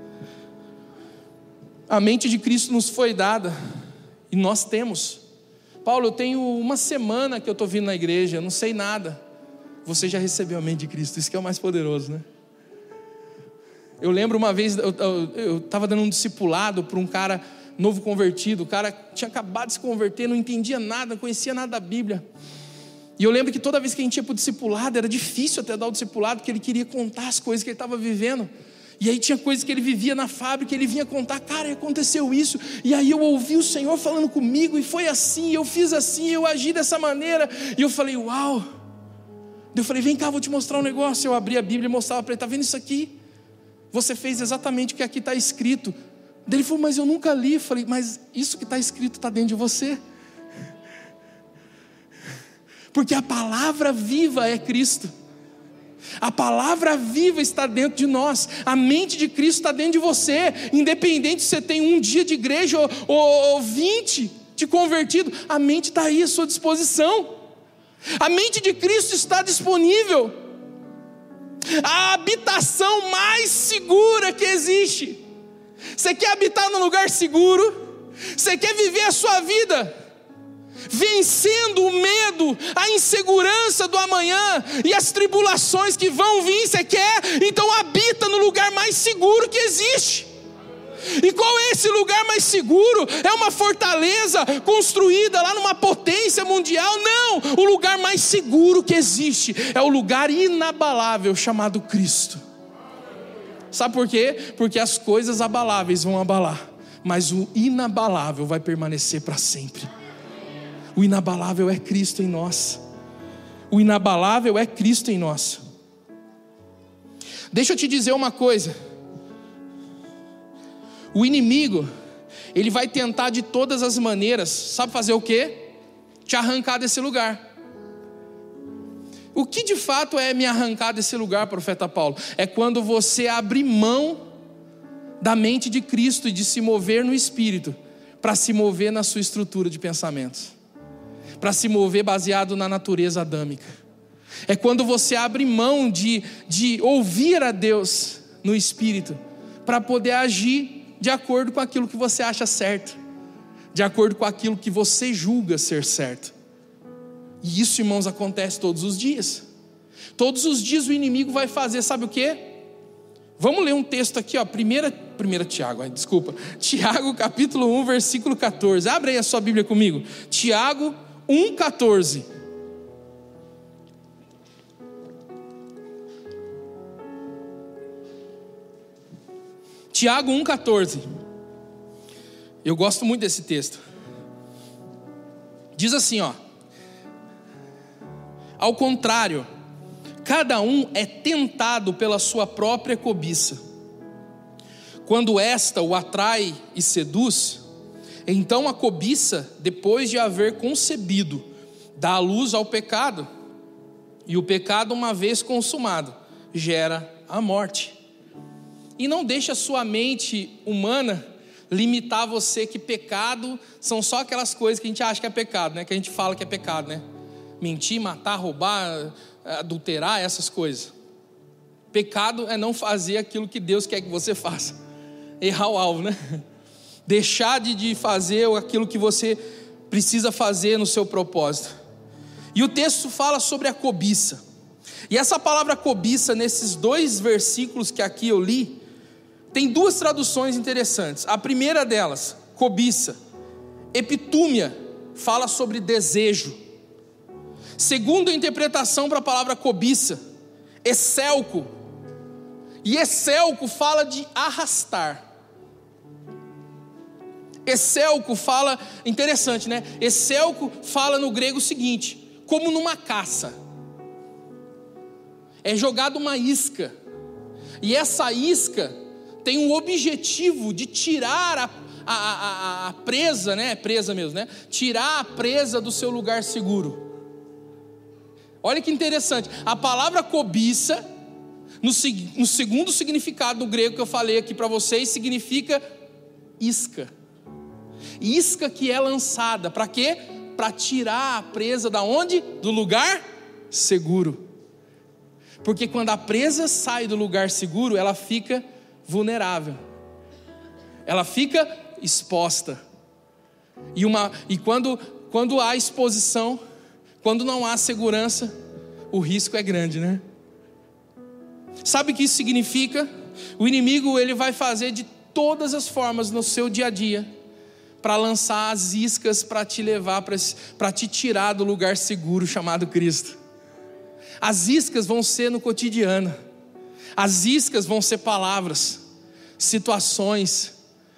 A mente de Cristo nos foi dada e nós temos. Paulo, eu tenho uma semana que eu estou vindo na igreja, eu não sei nada. Você já recebeu a mente de Cristo, isso que é o mais poderoso, né? Eu lembro uma vez, eu estava dando um discipulado para um cara novo convertido. O cara tinha acabado de se converter, não entendia nada, não conhecia nada da Bíblia. E eu lembro que toda vez que a gente ia para o discipulado, era difícil até dar o discipulado, porque ele queria contar as coisas que ele estava vivendo. E aí tinha coisas que ele vivia na fábrica, ele vinha contar, cara, aconteceu isso, e aí eu ouvi o Senhor falando comigo, e foi assim, eu fiz assim, eu agi dessa maneira, e eu falei, uau. Eu falei, vem cá, vou te mostrar um negócio. Eu abri a Bíblia e mostrava para ele, está vendo isso aqui? Você fez exatamente o que aqui está escrito. Daí ele falou, mas eu nunca li. Eu falei, mas isso que está escrito está dentro de você. Porque a palavra viva é Cristo. A palavra viva está dentro de nós. A mente de Cristo está dentro de você. Independente se você tem um dia de igreja ou 20 de convertido, a mente está aí à sua disposição. A mente de Cristo está disponível. A habitação mais segura que existe. Você quer habitar num lugar seguro? Você quer viver a sua vida vencendo o medo, a insegurança do amanhã e as tribulações que vão vir? Você quer? Então habita no lugar mais seguro que existe. E qual é esse lugar mais seguro? É uma fortaleza construída lá numa potência mundial? Não, o lugar mais seguro que existe é o lugar inabalável chamado Cristo. Sabe por quê? Porque as coisas abaláveis vão abalar, mas o inabalável vai permanecer para sempre. O inabalável é Cristo em nós. O inabalável é Cristo em nós. Deixa eu te dizer uma coisa. O inimigo, ele vai tentar de todas as maneiras, sabe fazer o quê? Te arrancar desse lugar. O que de fato é me arrancar desse lugar, profeta Paulo? É quando você abre mão da mente de Cristo e de se mover no Espírito, para se mover na sua estrutura de pensamentos, para se mover baseado na natureza adâmica. É quando você abre mão de ouvir a Deus no Espírito, para poder agir de acordo com aquilo que você acha certo, de acordo com aquilo que você julga ser certo. E isso, irmãos, acontece todos os dias. Todos os dias o inimigo vai fazer, sabe o quê? Vamos ler um texto aqui, ó, Tiago capítulo 1, versículo 14. Abre aí a sua Bíblia comigo. Tiago 1,14. Tiago 1,14. Eu gosto muito desse texto. Diz assim, ó: ao contrário, Cada um é tentado pela sua própria cobiça. Quando esta o atrai e seduz, então a cobiça, depois de haver concebido, dá à luz ao pecado. E o pecado, uma vez consumado, gera a morte. E não deixa a sua mente humana limitar você que pecado são só aquelas coisas que a gente acha que é pecado, né? Que a gente fala que é pecado, né? Mentir, matar, roubar, adulterar, essas coisas. Pecado é não fazer aquilo que Deus quer que você faça. Errar o alvo, né? Deixar de fazer aquilo que você precisa fazer no seu propósito. E o texto fala sobre a cobiça. E essa palavra cobiça, nesses 2 versículos que aqui eu li, tem 2 traduções interessantes. A primeira delas, cobiça. Epitúmia, fala sobre desejo. Segunda interpretação para a palavra cobiça, esselco. E esselco fala de arrastar. Esselco fala, interessante, né? Esselco fala no grego o seguinte: como numa caça. É jogada uma isca. E essa isca tem um objetivo de tirar a presa, né? É presa mesmo, né? Tirar a presa do seu lugar seguro. Olha que interessante. A palavra cobiça, no segundo significado do grego que eu falei aqui para vocês, significa isca. Isca que é lançada, para quê? Para tirar a presa da onde? Do lugar seguro. Porque quando a presa sai do lugar seguro, ela fica vulnerável. Ela fica exposta. E quando há exposição, quando não há segurança, o risco é grande, né? Sabe o que isso significa? O inimigo, ele vai fazer de todas as formas no seu dia a dia para lançar as iscas para te levar, para te tirar do lugar seguro chamado Cristo. As iscas vão ser no cotidiano. As iscas vão ser palavras, situações.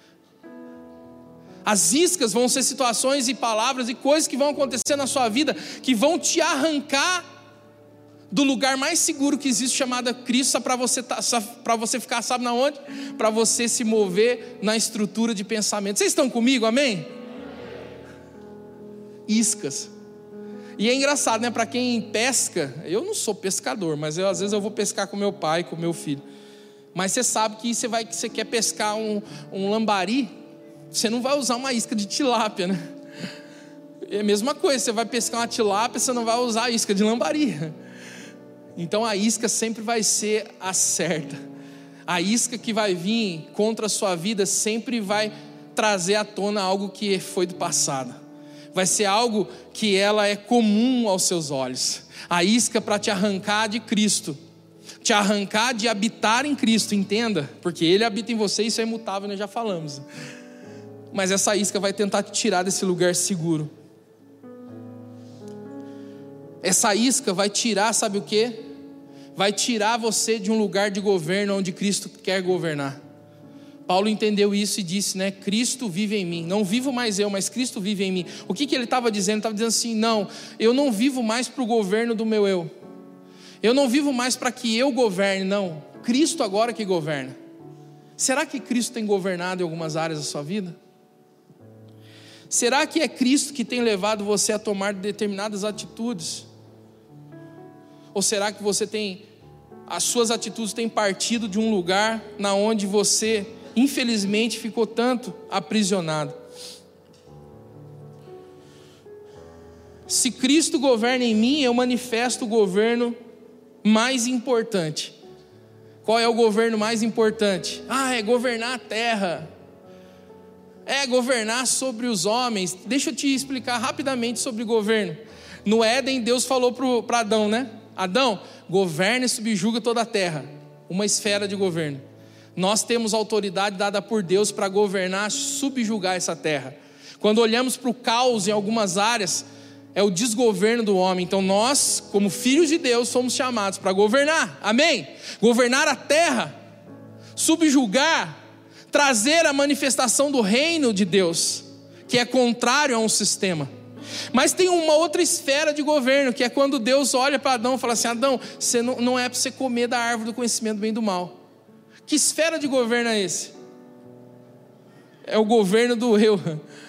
As iscas vão ser situações e palavras e coisas que vão acontecer na sua vida, que vão te arrancar do lugar mais seguro que existe, chamado Cristo, para você ficar, sabe na onde? Para você se mover na estrutura de pensamento. Vocês estão comigo, amém? Iscas. E é engraçado, né? Para quem pesca, eu não sou pescador, mas às vezes eu vou pescar com meu pai, com meu filho. Mas você sabe que você quer pescar um lambari, você não vai usar uma isca de tilápia, né? É a mesma coisa, você vai pescar uma tilápia, você não vai usar a isca de lambari. Então a isca sempre vai ser a certa. A isca que vai vir contra a sua vida sempre vai trazer à tona algo que foi do passado. Vai ser algo que ela é comum aos seus olhos. A isca para te arrancar de Cristo, te arrancar de habitar em Cristo, entenda, porque Ele habita em você, isso é imutável, nós já falamos. Mas essa isca vai tentar te tirar desse lugar seguro. Essa isca vai tirar, sabe o quê? Vai tirar você de um lugar de governo onde Cristo quer governar. Paulo entendeu isso e disse, né? Cristo vive em mim. Não vivo mais eu, mas Cristo vive em mim. O que ele estava dizendo? Ele estava dizendo assim, não, eu não vivo mais para o governo do meu eu. Eu não vivo mais para que eu governe, não. Cristo agora que governa. Será que Cristo tem governado em algumas áreas da sua vida? Será que é Cristo que tem levado você a tomar determinadas atitudes? Ou será que as suas atitudes têm partido de um lugar na onde você, infelizmente, ficou tanto aprisionado? Se Cristo governa em mim, eu manifesto o governo mais importante. Qual é o governo mais importante? É governar a terra. É governar sobre os homens. Deixa eu te explicar rapidamente sobre governo. No Éden, Deus falou para Adão, né? Adão, governa e subjuga toda a terra. Uma esfera de governo. Nós temos autoridade dada por Deus para governar, subjugar essa terra. Quando olhamos para o caos em algumas áreas, é o desgoverno do homem. Então nós, como filhos de Deus, somos chamados para governar. Amém? Governar a terra, subjugar, trazer a manifestação do reino de Deus, que é contrário a um sistema. Mas tem uma outra esfera de governo, que é quando Deus olha para Adão e fala assim: Adão, você não é para você comer da árvore do conhecimento do bem e do mal. Que esfera de governo é esse? É o governo do eu.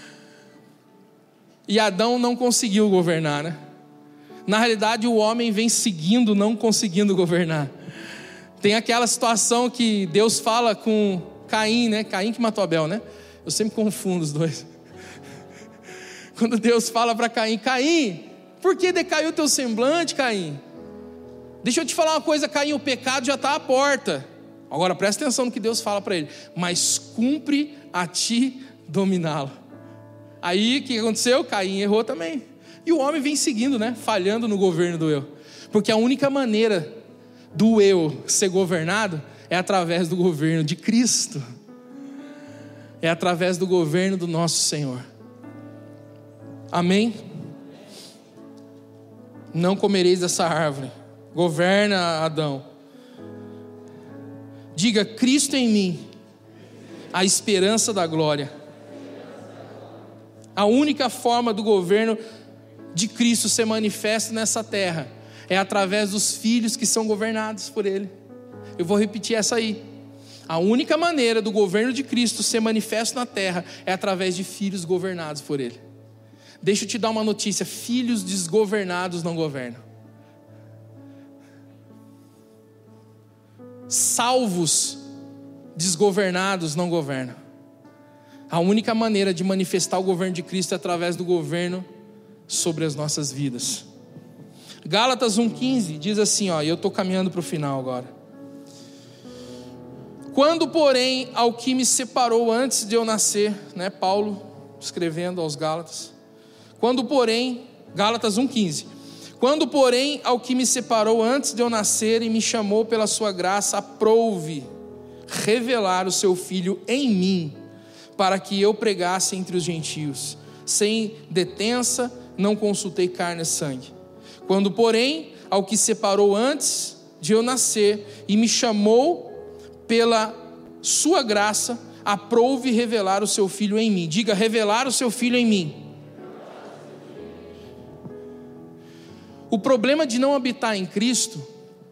E Adão não conseguiu governar, né? Na realidade, o homem vem seguindo, não conseguindo governar. Tem aquela situação que Deus fala com Caim, né? Caim que matou Abel, né? Eu sempre confundo os dois. Quando Deus fala para Caim: Caim, por que decaiu o teu semblante, Caim? Deixa eu te falar uma coisa, Caim, o pecado já está à porta. Agora presta atenção no que Deus fala para ele: mas cumpre a ti dominá-lo. Aí o que aconteceu? Caim errou também. E o homem vem seguindo, né? Falhando no governo do eu. Porque a única maneira do eu ser governado é através do governo de Cristo. É através do governo do nosso Senhor. Amém? Não comereis dessa árvore. Governa, Adão. Diga: Cristo em mim, a esperança da glória. A única forma do governo de Cristo ser manifesto nessa terra é através dos filhos que são governados por Ele. Eu vou repetir essa aí. A única maneira do governo de Cristo ser manifesto na terra é através de filhos governados por Ele. Deixa eu te dar uma notícia: filhos desgovernados não governam. Salvos desgovernados não governam. A única maneira de manifestar o governo de Cristo é através do governo sobre as nossas vidas. Gálatas 1,15 diz assim, e eu estou caminhando para o final agora. Quando, porém, ao que me separou antes de eu nascer, né, Paulo escrevendo aos Gálatas. Quando, porém, Gálatas 1,15. Quando, porém, ao que me separou antes de eu nascer e me chamou pela sua graça, aprouve revelar o seu Filho em mim, para que eu pregasse entre os gentios. Sem detença, não consultei carne e sangue. Quando, porém, ao que separou antes de eu nascer e me chamou pela sua graça, aprouve revelar o seu Filho em mim. Diga: revelar o seu Filho em mim. O problema de não habitar em Cristo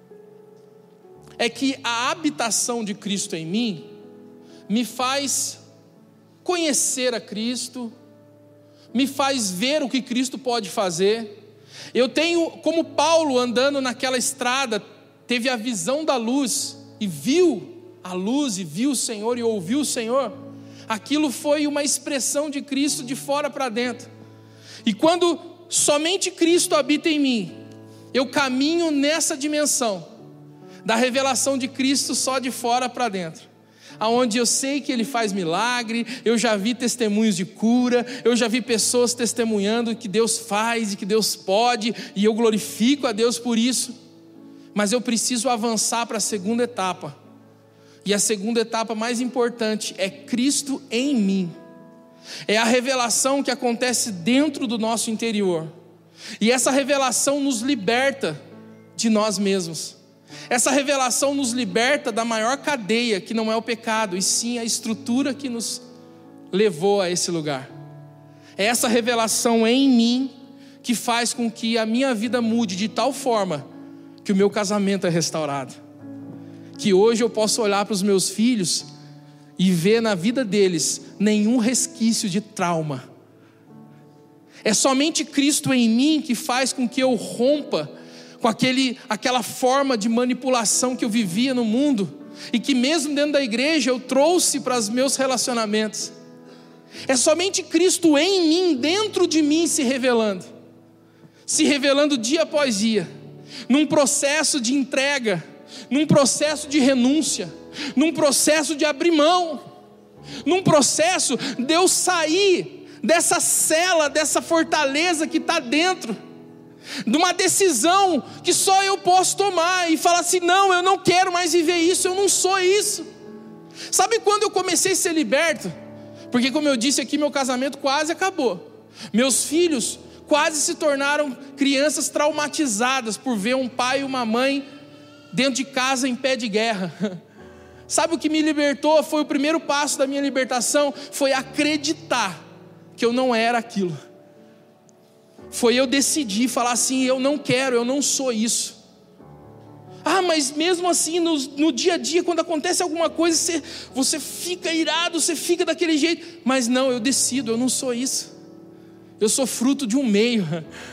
é que a habitação de Cristo em mim me faz conhecer a Cristo, me faz ver o que Cristo pode fazer. Eu tenho, como Paulo, andando naquela estrada, teve a visão da luz e viu a luz e viu o Senhor e ouviu o Senhor. Aquilo foi uma expressão de Cristo de fora para dentro. E quando somente Cristo habita em mim, eu caminho nessa dimensão da revelação de Cristo só de fora para dentro, aonde eu sei que Ele faz milagre. Eu já vi testemunhos de cura, eu já vi pessoas testemunhando que Deus faz e que Deus pode, e eu glorifico a Deus por isso. Mas eu preciso avançar para a segunda etapa, e a segunda etapa mais importante é Cristo em mim. É a revelação que acontece dentro do nosso interior, e essa revelação nos liberta de nós mesmos. Essa revelação nos liberta da maior cadeia, que não é o pecado, e sim a estrutura que nos levou a esse lugar. É essa revelação em mim que faz com que a minha vida mude de tal forma que o meu casamento é restaurado, que hoje eu posso olhar para os meus filhos e ver na vida deles nenhum resquício de trauma. É somente Cristo em mim que faz com que eu rompa com aquela forma de manipulação que eu vivia no mundo, e que mesmo dentro da igreja eu trouxe para os meus relacionamentos. É somente Cristo em mim, dentro de mim, se revelando dia após dia, num processo de entrega, num processo de renúncia, num processo de abrir mão, num processo de eu sair dessa cela, dessa fortaleza que está dentro, de uma decisão que só eu posso tomar e falar assim: não, eu não quero mais viver isso, eu não sou isso. Sabe quando eu comecei a ser liberto? Porque, como eu disse aqui, meu casamento quase acabou, meus filhos quase se tornaram crianças traumatizadas por ver um pai e uma mãe dentro de casa em pé de guerra. Sabe o que me libertou? Foi o primeiro passo da minha libertação, foi acreditar que eu não era aquilo. foi eu decidir falar assim: eu não quero, eu não sou isso. Mas mesmo assim, no dia a dia, quando acontece alguma coisa, você fica irado, você fica daquele jeito. Mas não, eu decido, eu não sou isso. Eu sou fruto de um meio.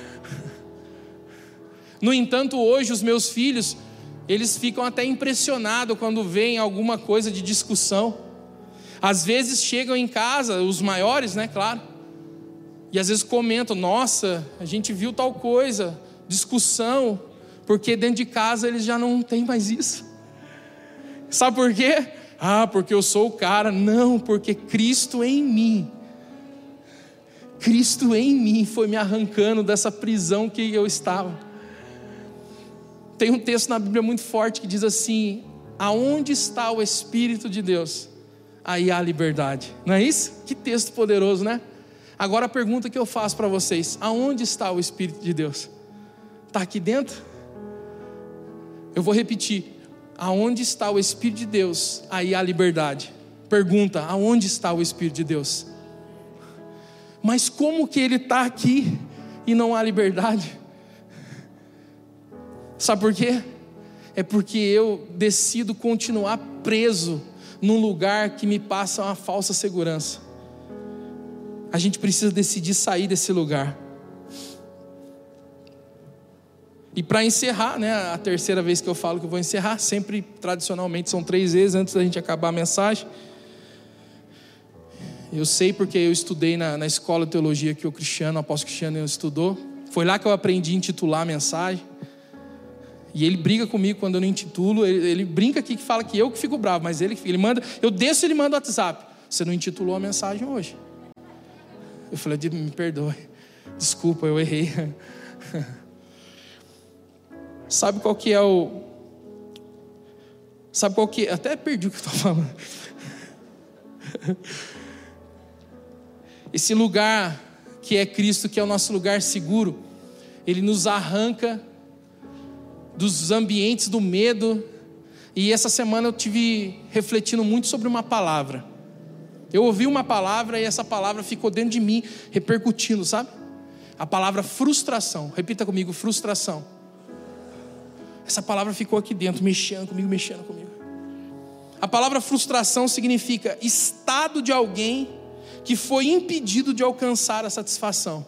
No entanto, hoje os meus filhos, eles ficam até impressionados quando veem alguma coisa de discussão. Às vezes chegam em casa, os maiores, né, claro, e às vezes comentam: nossa, a gente viu tal coisa, discussão, porque dentro de casa eles já não têm mais isso. Sabe por quê? Porque eu sou o cara. Não, porque Cristo em mim foi me arrancando dessa prisão que eu estava. Tem um texto na Bíblia muito forte que diz assim: aonde está o Espírito de Deus, aí há liberdade. Não é isso? Que texto poderoso, né? Agora a pergunta que eu faço para vocês: aonde está o Espírito de Deus? Está aqui dentro? Eu vou repetir: aonde está o Espírito de Deus, aí há liberdade. Pergunta: aonde está o Espírito de Deus? Mas como que ele está aqui e não há liberdade? Sabe por quê? É porque eu decido continuar preso num lugar que me passa uma falsa segurança. A gente precisa decidir sair desse lugar. E para encerrar, né, a terceira vez que eu falo que eu vou encerrar, sempre tradicionalmente são 3 vezes antes da gente acabar a mensagem. Eu sei porque eu estudei na escola de teologia que o apóstolo Cristiano estudou. Foi lá que eu aprendi a intitular a mensagem. E ele briga comigo quando eu não intitulo. Ele brinca aqui que fala que eu que fico bravo, mas ele manda, eu desço e ele manda o WhatsApp: você não intitulou a mensagem hoje. Eu falei: me perdoe, desculpa, eu errei. Sabe qual que é até perdi o que eu estou falando. Esse lugar que é Cristo, que é o nosso lugar seguro, Ele nos arranca dos ambientes do medo. E essa semana eu tive refletindo muito sobre uma palavra. Eu ouvi uma palavra e essa palavra ficou dentro de mim, repercutindo, sabe? A palavra frustração. Repita comigo: frustração. Essa palavra ficou aqui dentro, mexendo comigo. A palavra frustração significa estado de alguém que foi impedido de alcançar a satisfação.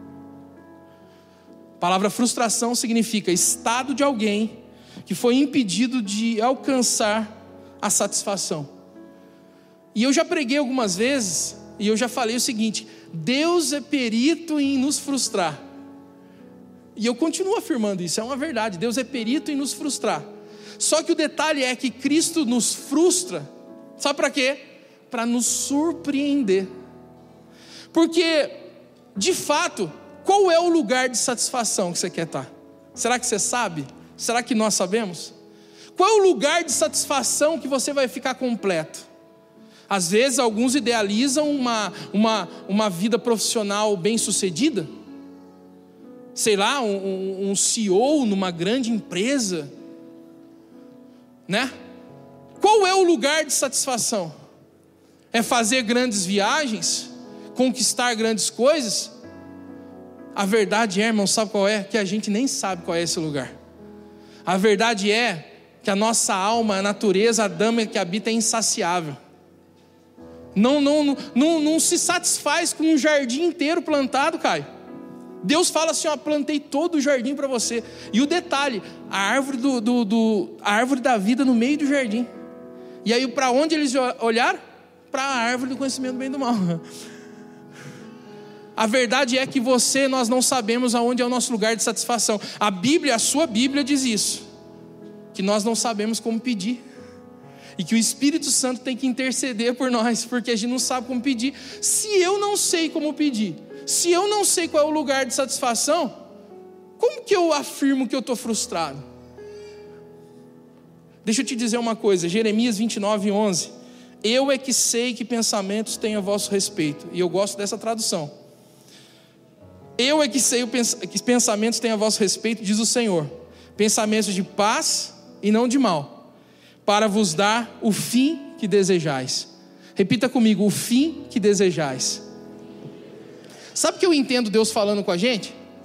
A palavra frustração significa estado de alguém que foi impedido de alcançar a satisfação. E eu já preguei algumas vezes, e eu já falei o seguinte: Deus é perito em nos frustrar. E eu continuo afirmando isso, é uma verdade. Deus é perito em nos frustrar. Só que o detalhe é que Cristo nos frustra, sabe para quê? Para nos surpreender. Porque, de fato, qual é o lugar de satisfação que você quer estar? Será que você sabe? Será que nós sabemos? Qual é o lugar de satisfação que você vai ficar completo? Às vezes alguns idealizam uma vida profissional bem sucedida. Sei lá, um CEO numa grande empresa, né? Qual é o lugar de satisfação? É fazer grandes viagens? Conquistar grandes coisas? A verdade é, irmão, sabe qual é? Que a gente nem sabe qual é esse lugar. A verdade é que a nossa alma, a natureza, a dama que habita é insaciável. Não se satisfaz com um jardim inteiro plantado, Caio. Deus fala assim: plantei todo o jardim para você. E o detalhe, a árvore a árvore da vida no meio do jardim. E aí para onde eles olharam? Para a árvore do conhecimento do bem e do mal. A verdade é que nós não sabemos aonde é o nosso lugar de satisfação. A Bíblia, a sua Bíblia diz isso, que nós não sabemos como pedir. E que o Espírito Santo tem que interceder por nós, porque a gente não sabe como pedir. Se eu não sei como pedir, se eu não sei qual é o lugar de satisfação, como que eu afirmo que eu estou frustrado? Deixa eu te dizer uma coisa, Jeremias 29:11. Eu é que sei que pensamentos tenho a vosso respeito. E eu gosto dessa tradução. Eu é que sei que pensamentos tenho a vosso respeito, diz o Senhor. Pensamentos de paz e não de mal, para vos dar o fim que desejais. Repita comigo: o fim que desejais. Sabe o que eu entendo Deus falando com a gente?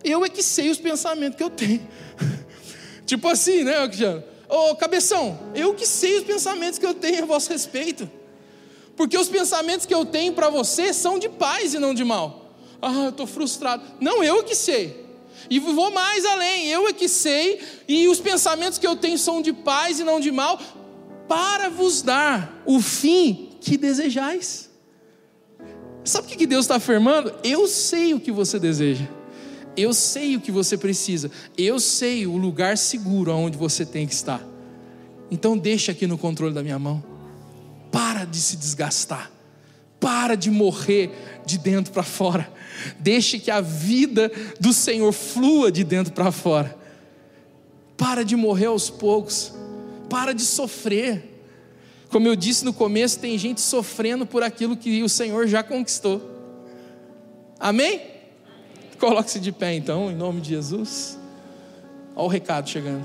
eu é que sei os pensamentos que eu tenho. Tipo assim, né, Cristiano? Ô, cabeção, eu que sei os pensamentos que eu tenho a vosso respeito. Porque os pensamentos que eu tenho para você são de paz e não de mal. Eu estou frustrado. Não, eu é que sei. E vou mais além, eu é que sei, e os pensamentos que eu tenho são de paz e não de mal, para vos dar o fim que desejais. Sabe o que Deus está afirmando? Eu sei o que você deseja. Eu sei o que você precisa. Eu sei o lugar seguro onde você tem que estar. Então deixa aqui no controle da minha mão. Para de se desgastar. Para de morrer de dentro para fora. Deixe que a vida do Senhor flua de dentro para fora. Para de morrer aos poucos. Para de sofrer. Como eu disse no começo, tem gente sofrendo por aquilo que o Senhor já conquistou. Amém? Coloque-se de pé então, em nome de Jesus. Olha o recado chegando.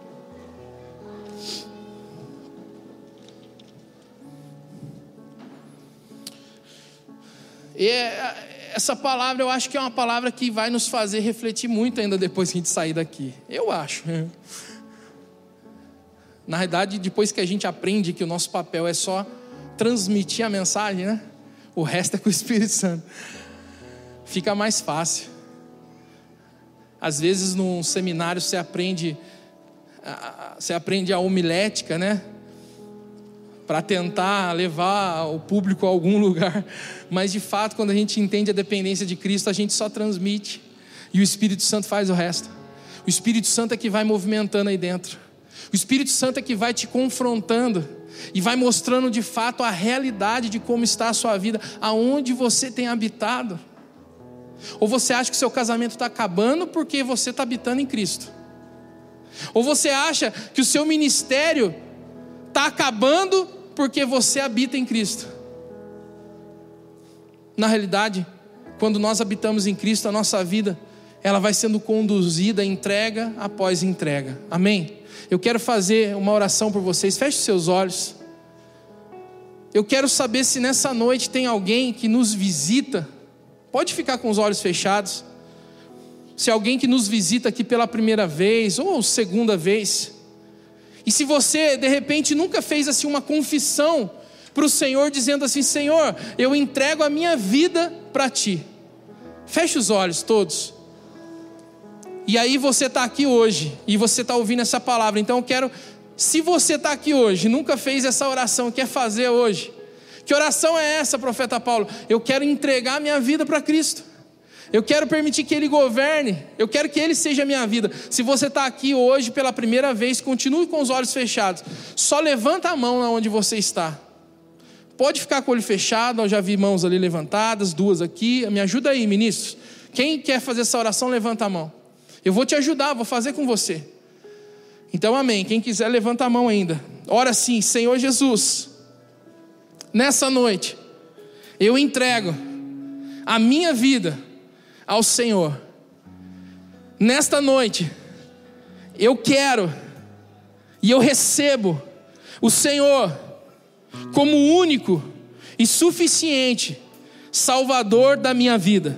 E essa palavra eu acho que é uma palavra que vai nos fazer refletir muito ainda depois que a gente sair daqui. Eu acho. Na verdade, depois que a gente aprende que o nosso papel é só transmitir a mensagem, né? O resto é com o Espírito Santo. Fica mais fácil. Às vezes num seminário você aprende a homilética, né? Para tentar levar o público a algum lugar. Mas de fato, quando a gente entende a dependência de Cristo, a gente só transmite. E o Espírito Santo faz o resto. O Espírito Santo é que vai movimentando aí dentro. O Espírito Santo é que vai te confrontando e vai mostrando de fato a realidade de como está a sua vida, aonde você tem habitado. Ou você acha que o seu casamento está acabando porque você está habitando em Cristo? Ou você acha que o seu ministério está acabando porque você habita em Cristo? Na realidade, quando nós habitamos em Cristo, a nossa vida, ela vai sendo conduzida entrega após entrega. Amém? Eu quero fazer uma oração por vocês. Feche os seus olhos. Eu quero saber se nessa noite tem alguém que nos visita. Pode ficar com os olhos fechados. Se alguém que nos visita aqui pela primeira vez ou segunda vez. E se você de repente nunca fez assim uma confissão para o Senhor, dizendo assim: Senhor, eu entrego a minha vida para Ti. Feche os olhos todos. E aí você está aqui hoje e você está ouvindo essa palavra. Então eu quero, se você está aqui hoje, nunca fez essa oração, quer fazer hoje. Que oração é essa, profeta Paulo? Eu quero entregar minha vida para Cristo. Eu quero permitir que Ele governe. Eu quero que Ele seja a minha vida. Se você está aqui hoje pela primeira vez, continue com os olhos fechados. Só levanta a mão onde você está. Pode ficar com o olho fechado. Eu já vi mãos ali levantadas, duas aqui. Me ajuda aí, ministros. Quem quer fazer essa oração, levanta a mão. Eu vou te ajudar, vou fazer com você. Então amém, quem quiser levanta a mão ainda. Ora assim: Senhor Jesus, nessa noite eu entrego a minha vida ao Senhor. Nesta noite eu quero e eu recebo o Senhor como único e suficiente Salvador da minha vida.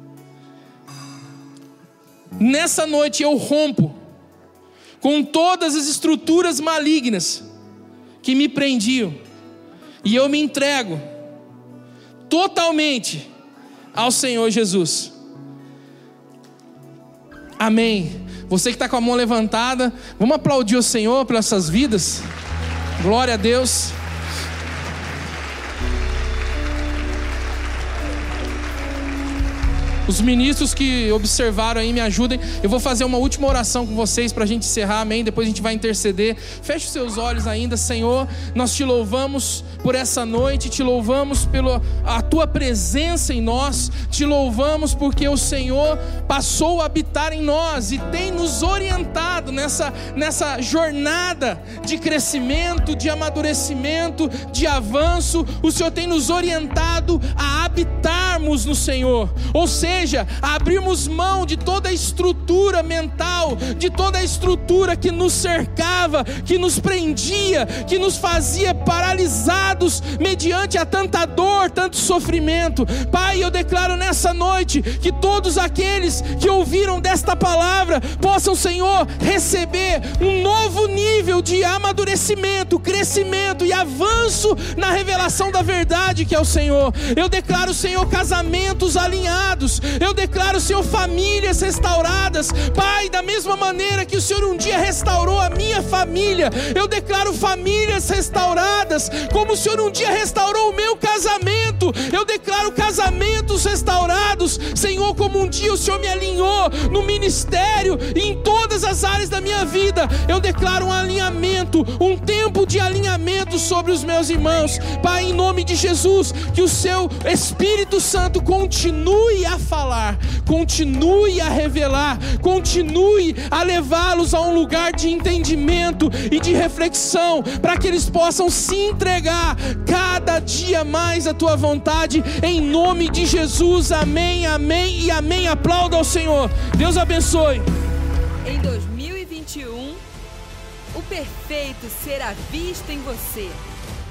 Nessa noite eu rompo com todas as estruturas malignas que me prendiam e eu me entrego totalmente ao Senhor Jesus. Amém. Você que está com a mão levantada, vamos aplaudir o Senhor pelas essas vidas. Glória a Deus. Os ministros que observaram aí, me ajudem. Eu vou fazer uma última oração com vocês para a gente encerrar, amém? Depois a gente vai interceder. Feche os seus olhos ainda. Senhor, nós te louvamos por essa noite, te louvamos pela a tua presença em nós, te louvamos porque o Senhor passou a habitar em nós e tem nos orientado nessa jornada de crescimento, de amadurecimento, de avanço. O Senhor tem nos orientado a habitarmos no Senhor, ou seja, igreja a abrirmos mão de toda a estrutura mental, de toda a estrutura que nos cercava, que nos prendia, que nos fazia paralisados mediante a tanta dor, tanto sofrimento. Pai, eu declaro nessa noite que todos aqueles que ouviram desta palavra possam, Senhor, receber um novo nível de amadurecimento, crescimento e avanço na revelação da verdade que é o Senhor. Eu declaro, Senhor, casamentos alinhados. Eu declaro, Senhor, famílias restauradas. Pai, da mesma maneira que o Senhor um dia restaurou a minha família, eu declaro famílias restauradas, como o Senhor um dia restaurou o meu casamento. Eu declaro casamentos restaurados, Senhor, como um dia o Senhor me alinhou no ministério e em todas as áreas da minha vida. Eu declaro um alinhamento, um tempo de alinhamento sobre os meus irmãos. Pai, em nome de Jesus, que o seu Espírito Santo continue a falar, continue a revelar, continue a levá-los a um lugar de entendimento e de reflexão, para que eles possam se entregar cada dia mais à tua vontade, em nome de Jesus. Amém, amém e amém. Aplauda ao Senhor. Deus abençoe. Em 2021, o perfeito será visto em você.